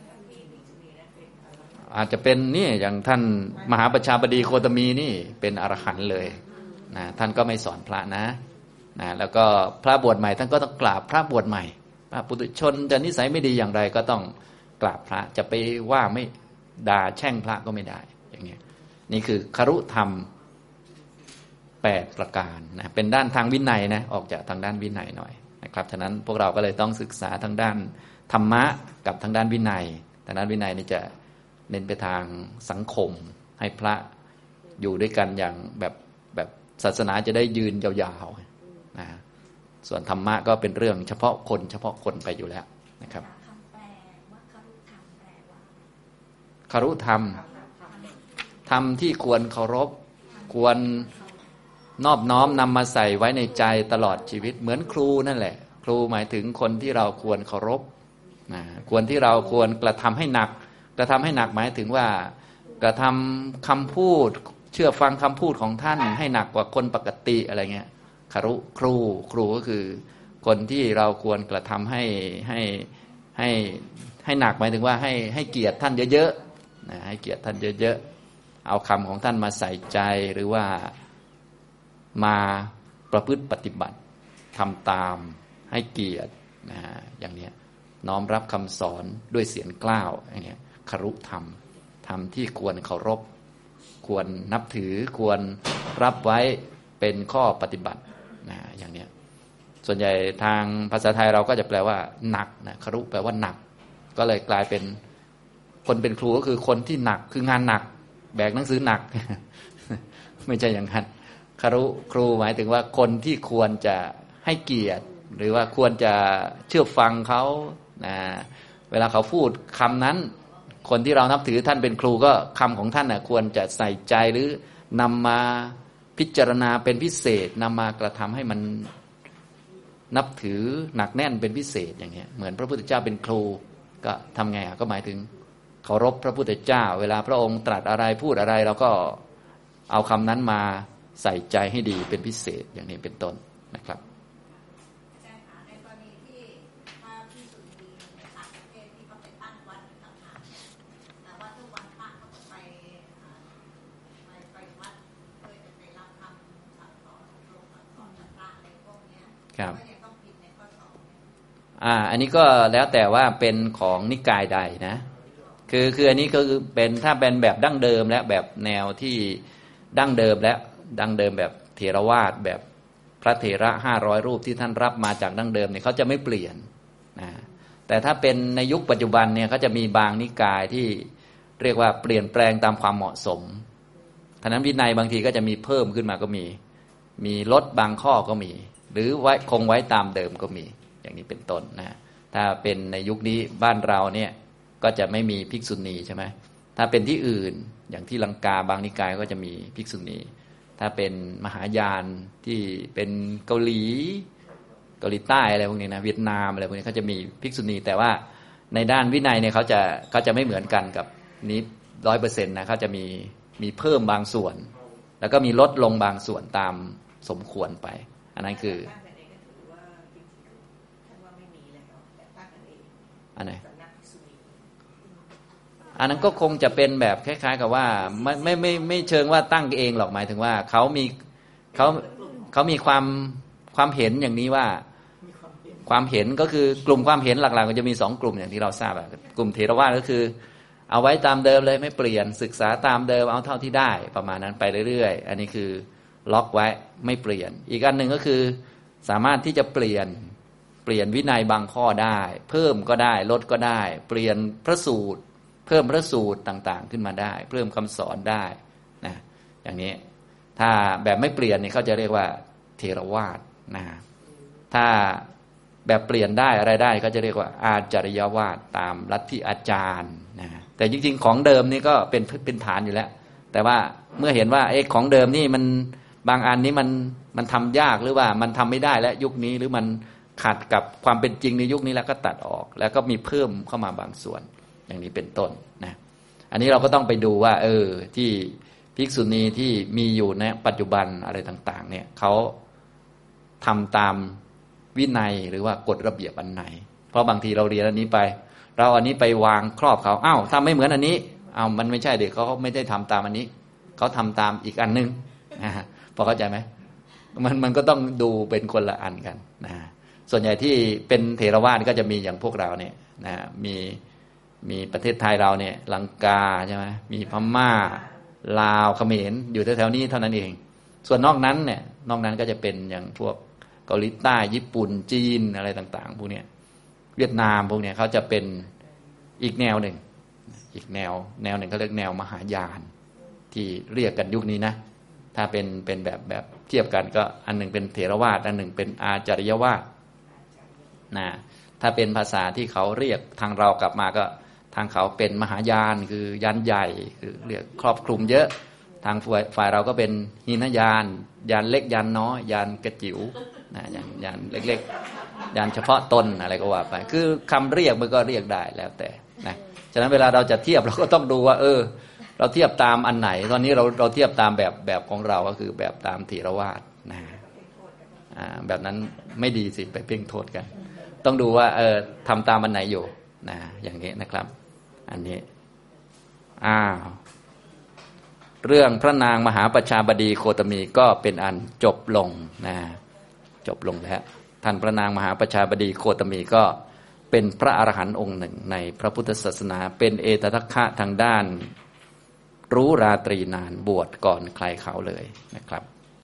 อาจจะเป็นนี่อย่างท่านมหาประชาบดีโคตมีนี่เป็นอรหันต์เลยนะท่านก็ไม่สอนพระนะนะแล้วก็พระบวชใหม่ท่านก็ต้องกราบพระบวชใหม่พระปุถุชนจะนิสัยไม่ดีอย่างไรก็ต้องกราบพระจะไปว่าไม่ด่าแช่งพระก็ไม่ได้อย่างเงี้ยนี่คือครุธรรมแปดประการนะเป็นด้านทางวินัยนะออกจากทางด้านวินัยหน่อยนะครับฉะนั้นพวกเราก็เลยต้องศึกษาทางด้านธรรมะกับทางด้านวินัยทางด้านวินัยนี่จะเน้นไปทางสังคมให้พระอยู่ด้วยกันอย่างแบบแบบศาสนาจะได้ยืนยาวๆนะส่วนธรรมะก็เป็นเรื่องเฉพาะคนเฉพาะคนไปอยู่แล้วนะครับครุธรรมธรรมที่ควรเคารพควรนอบน้อมนำมาใส่ไว้ในใจตลอดชีวิตเหมือนครูนั่นแหละครูหมายถึงคนที่เราควรเคารพนะควรที่เราควรกระทำให้หนักกระทำให้หนักหมายถึงว่ากระทำคำพูดเชื่อฟังคำพูดของท่านให้หนักกว่าคนปกติอะไรเงี้ยครุครูครูก็คือคนที่เราควรกระทำให้ให้ให้ให้หนักหมายถึงว่าให้ให้เกียรติท่านเยอะๆนะให้เกียรติท่านเยอะๆเอาคำของท่านมาใส่ใจหรือว่ามาประพฤติปฏิบัติทำตามให้เกียรตินะอย่างนี้น้อมรับคำสอนด้วยเสียงกล้าวอย่างนี้ครุธรรมธรรมที่ควรเคารพควรนับถือควรรับไว้เป็นข้อปฏิบัตินะอย่างนี้ส่วนใหญ่ทางภาษาไทยเราก็จะแปลว่าหนักนะครุแปลว่าหนักก็เลยกลายเป็นคนเป็นครูก็คือคนที่หนักคืองานหนักแบกหนังสือหนัก ไม่ใช่อย่างนั้นครุครูหมายถึงว่าคนที่ควรจะให้เกียรติหรือว่าควรจะเชื่อฟังเขานะเวลาเขาพูดคำนั้นคนที่เรานับถือท่านเป็นครูก็คำของท่านนะควรจะใส่ใจหรือนำมาพิจารณาเป็นพิเศษนำมากระทำให้มันนับถือหนักแน่นเป็นพิเศษอย่างเงี้ยเหมือนพระพุทธเจ้าเป็นครูก็ทำไงก็หมายถึงเคารพพระพุทธเจ้าเวลาพระองค์ตรัสอะไรพูดอะไรเราก็เอาคำนั้นมาใส่ใจให้ดีเป็นพิเศษอย่างนี้เป็นต้นนะครับครับอ่าอันนี้ก็แล้วแต่ว่าเป็นของนิกายใดนะคือคืออันนี้ก็คือเป็นถ้าเป็นแบบดั้งเดิมและแบบแนวที่ดั้งเดิมและดั้งเดิมแบบเถรวาทแบบพระเถระห้าร้อยรูปที่ท่านรับมาจากดั้งเดิมเนี่ยเขาจะไม่เปลี่ยนนะแต่ถ้าเป็นในยุคปัจจุบันเนี่ยเขาจะมีบางนิกายที่เรียกว่าเปลี่ยนแปลงตามความเหมาะสมฉะนั้นวินัยบางทีก็จะมีเพิ่มขึ้นมาก็มีมีลดบางข้อก็มีหรือไว้คงไว้ตามเดิมก็มีอย่างนี้เป็นต้นนะถ้าเป็นในยุคนี้บ้านเราเนี่ยก็จะไม่มีภิกษุณีใช่ไหมถ้าเป็นที่อื่นอย่างที่ลังกาบางนิกายก็จะมีภิกษุณีถ้าเป็นมหายานที่เป็นเกาหลีเกาหลีใต้อะไรพวกนี้นะเวียดนามอะไรพวกนี้เขาจะมีภิกษุณีแต่ว่าในด้านวินัยเนี่ยเขาจะเขาจะไม่เหมือนกันกับนี้ร้อยเปอร์เซ็นต์นะเขาจะมีมีเพิ่มบางส่วนแล้วก็มีลดลงบางส่วนตามสมควรไปอันนั้นคืออันไหนอันนั้นก็คงจะเป็นแบบคล้ายๆกับว่าไม่ไม่ไม่ไม่เชิงว่าตั้งเองหรอกหมายถึงว่าเขามีเขาเขามีความความเห็นอย่างนี้ว่าความเห็นก็คือกลุ่มความเห็นหลักๆก็จะมีสองกลุ่มอย่างที่เราทราบกลุ่มเถรวาทก็คือเอาไว้ตามเดิมเลยไม่เปลี่ยนศึกษาตามเดิมเอาเท่าที่ได้ประมาณนั้นไปเรื่อยๆอันนี้คือล็อกไว้ไม่เปลี่ยนอีกอันหนึ่งก็คือสามารถที่จะเปลี่ยนเปลี่ยนวินัยบางข้อได้เพิ่มก็ได้ลดก็ได้เปลี่ยนพระสูตรเพิ่มพระสูตรต่างๆขึ้นมาได้เพิ่มคำสอนได้นะอย่างนี้ถ้าแบบไม่เปลี่ยนนี่เขาจะเรียกว่าเถรวาทนะถ้าแบบเปลี่ยนได้อะไรได้ก็จะเรียกว่าอาจาริยวาทตามลัทธิอาจารย์นะแต่จริงๆของเดิมนี่ก็เป็นเป็นฐานอยู่แล้วแต่ว่าเมื่อเห็นว่าไอ้ของเดิมนี่มันบางอันนี้มันมันทำยากหรือว่ามันทำไม่ได้และยุคนี้หรือมันขัดกับความเป็นจริงในยุคนี้แล้วก็ตัดออกแล้วก็มีเพิ่มเข้ามาบางส่วนอย่างนี้เป็นต้นนะอันนี้เราก็ต้องไปดูว่าเออที่ภิกษุณีที่มีอยู่ในปัจจุบันอะไรต่างๆเนี่ยเขาทำตามวินัยหรือว่ากฎระเบียบอันไหนเพราะบางทีเราเรียนอันนี้ไปเราอันนี้ไปวางครอบเขาอ้าวทำไม่เหมือนอันนี้อ้าวมันไม่ใช่เด็กเขาไม่ได้ทำตามอันนี้เขาทำตามอีกอันนึงนะพอเข้าใจไหมมันมันก็ต้องดูเป็นคนละอันกันนะส่วนใหญ่ที่เป็นเถรวาทก็จะมีอย่างพวกเราเนี่ยนะมีมีประเทศไทยเราเนี่ยลังกาใช่ไหมมีพม่าลาวเขมรอยู่แถวๆนี้เท่านั้นเองส่วนนอกนั้นเนี่ยนอกนั้นก็จะเป็นอย่างพวกเกาหลีใต้ญี่ปุ่นจีนอะไรต่างๆพวกนี้เวียดนามพวกนี้เขาจะเป็นอีกแนวหนึ่งอีกแนวแนวหนึ่งเขาเรียกแนวมหายานที่เรียกกันยุคนี้นะถ้าเป็นเป็นแบบแบบเทียบกันก็อันหนึ่งเป็นเถรวาทอันหนึ่งเป็นอาจาริยวาทนะถ้าเป็นภาษาที่เขาเรียกทางเรากลับมาก็ทางเขาเป็นมหายานคือยานใหญ่คือเรียกครอบคลุมเยอะทางฝ่ายฝ่ายเราก็เป็นหินยานยานเล็กยานน้อยยานกระจิ๋วนะยานยานเล็กๆยานเฉพาะตนอะไรก็ว่าไปคือคำเรียกมันก็เรียกได้แล้วแต่นะฉะนั้นเวลาเราจะเทียบเราก็ต้องดูว่าเออเราเทียบตามอันไหนตอนนี้เราเราเทียบตามแบบแบบของเราก็คือแบบตามเถรวาทนะอ่าแบบนั้นไม่ดีสิไปเพ่งโทษกันต้องดูว่าเออทำตามอันไหนอยู่นะอย่างนี้นะครับอันนี้อ้าวเรื่องพระนางมหาประชาบดีโคตมีก็เป็นอันจบลงนะจบลงแล้วท่านพระนางมหาประชาบดีโคตมีก็เป็นพระอรหันต์องค์หนึ่งในพระพุทธศาสนาเป็นเอตทัคคะทางด้านรู้ราตรีนานบวชก่อนใครเขาเลยนะครับ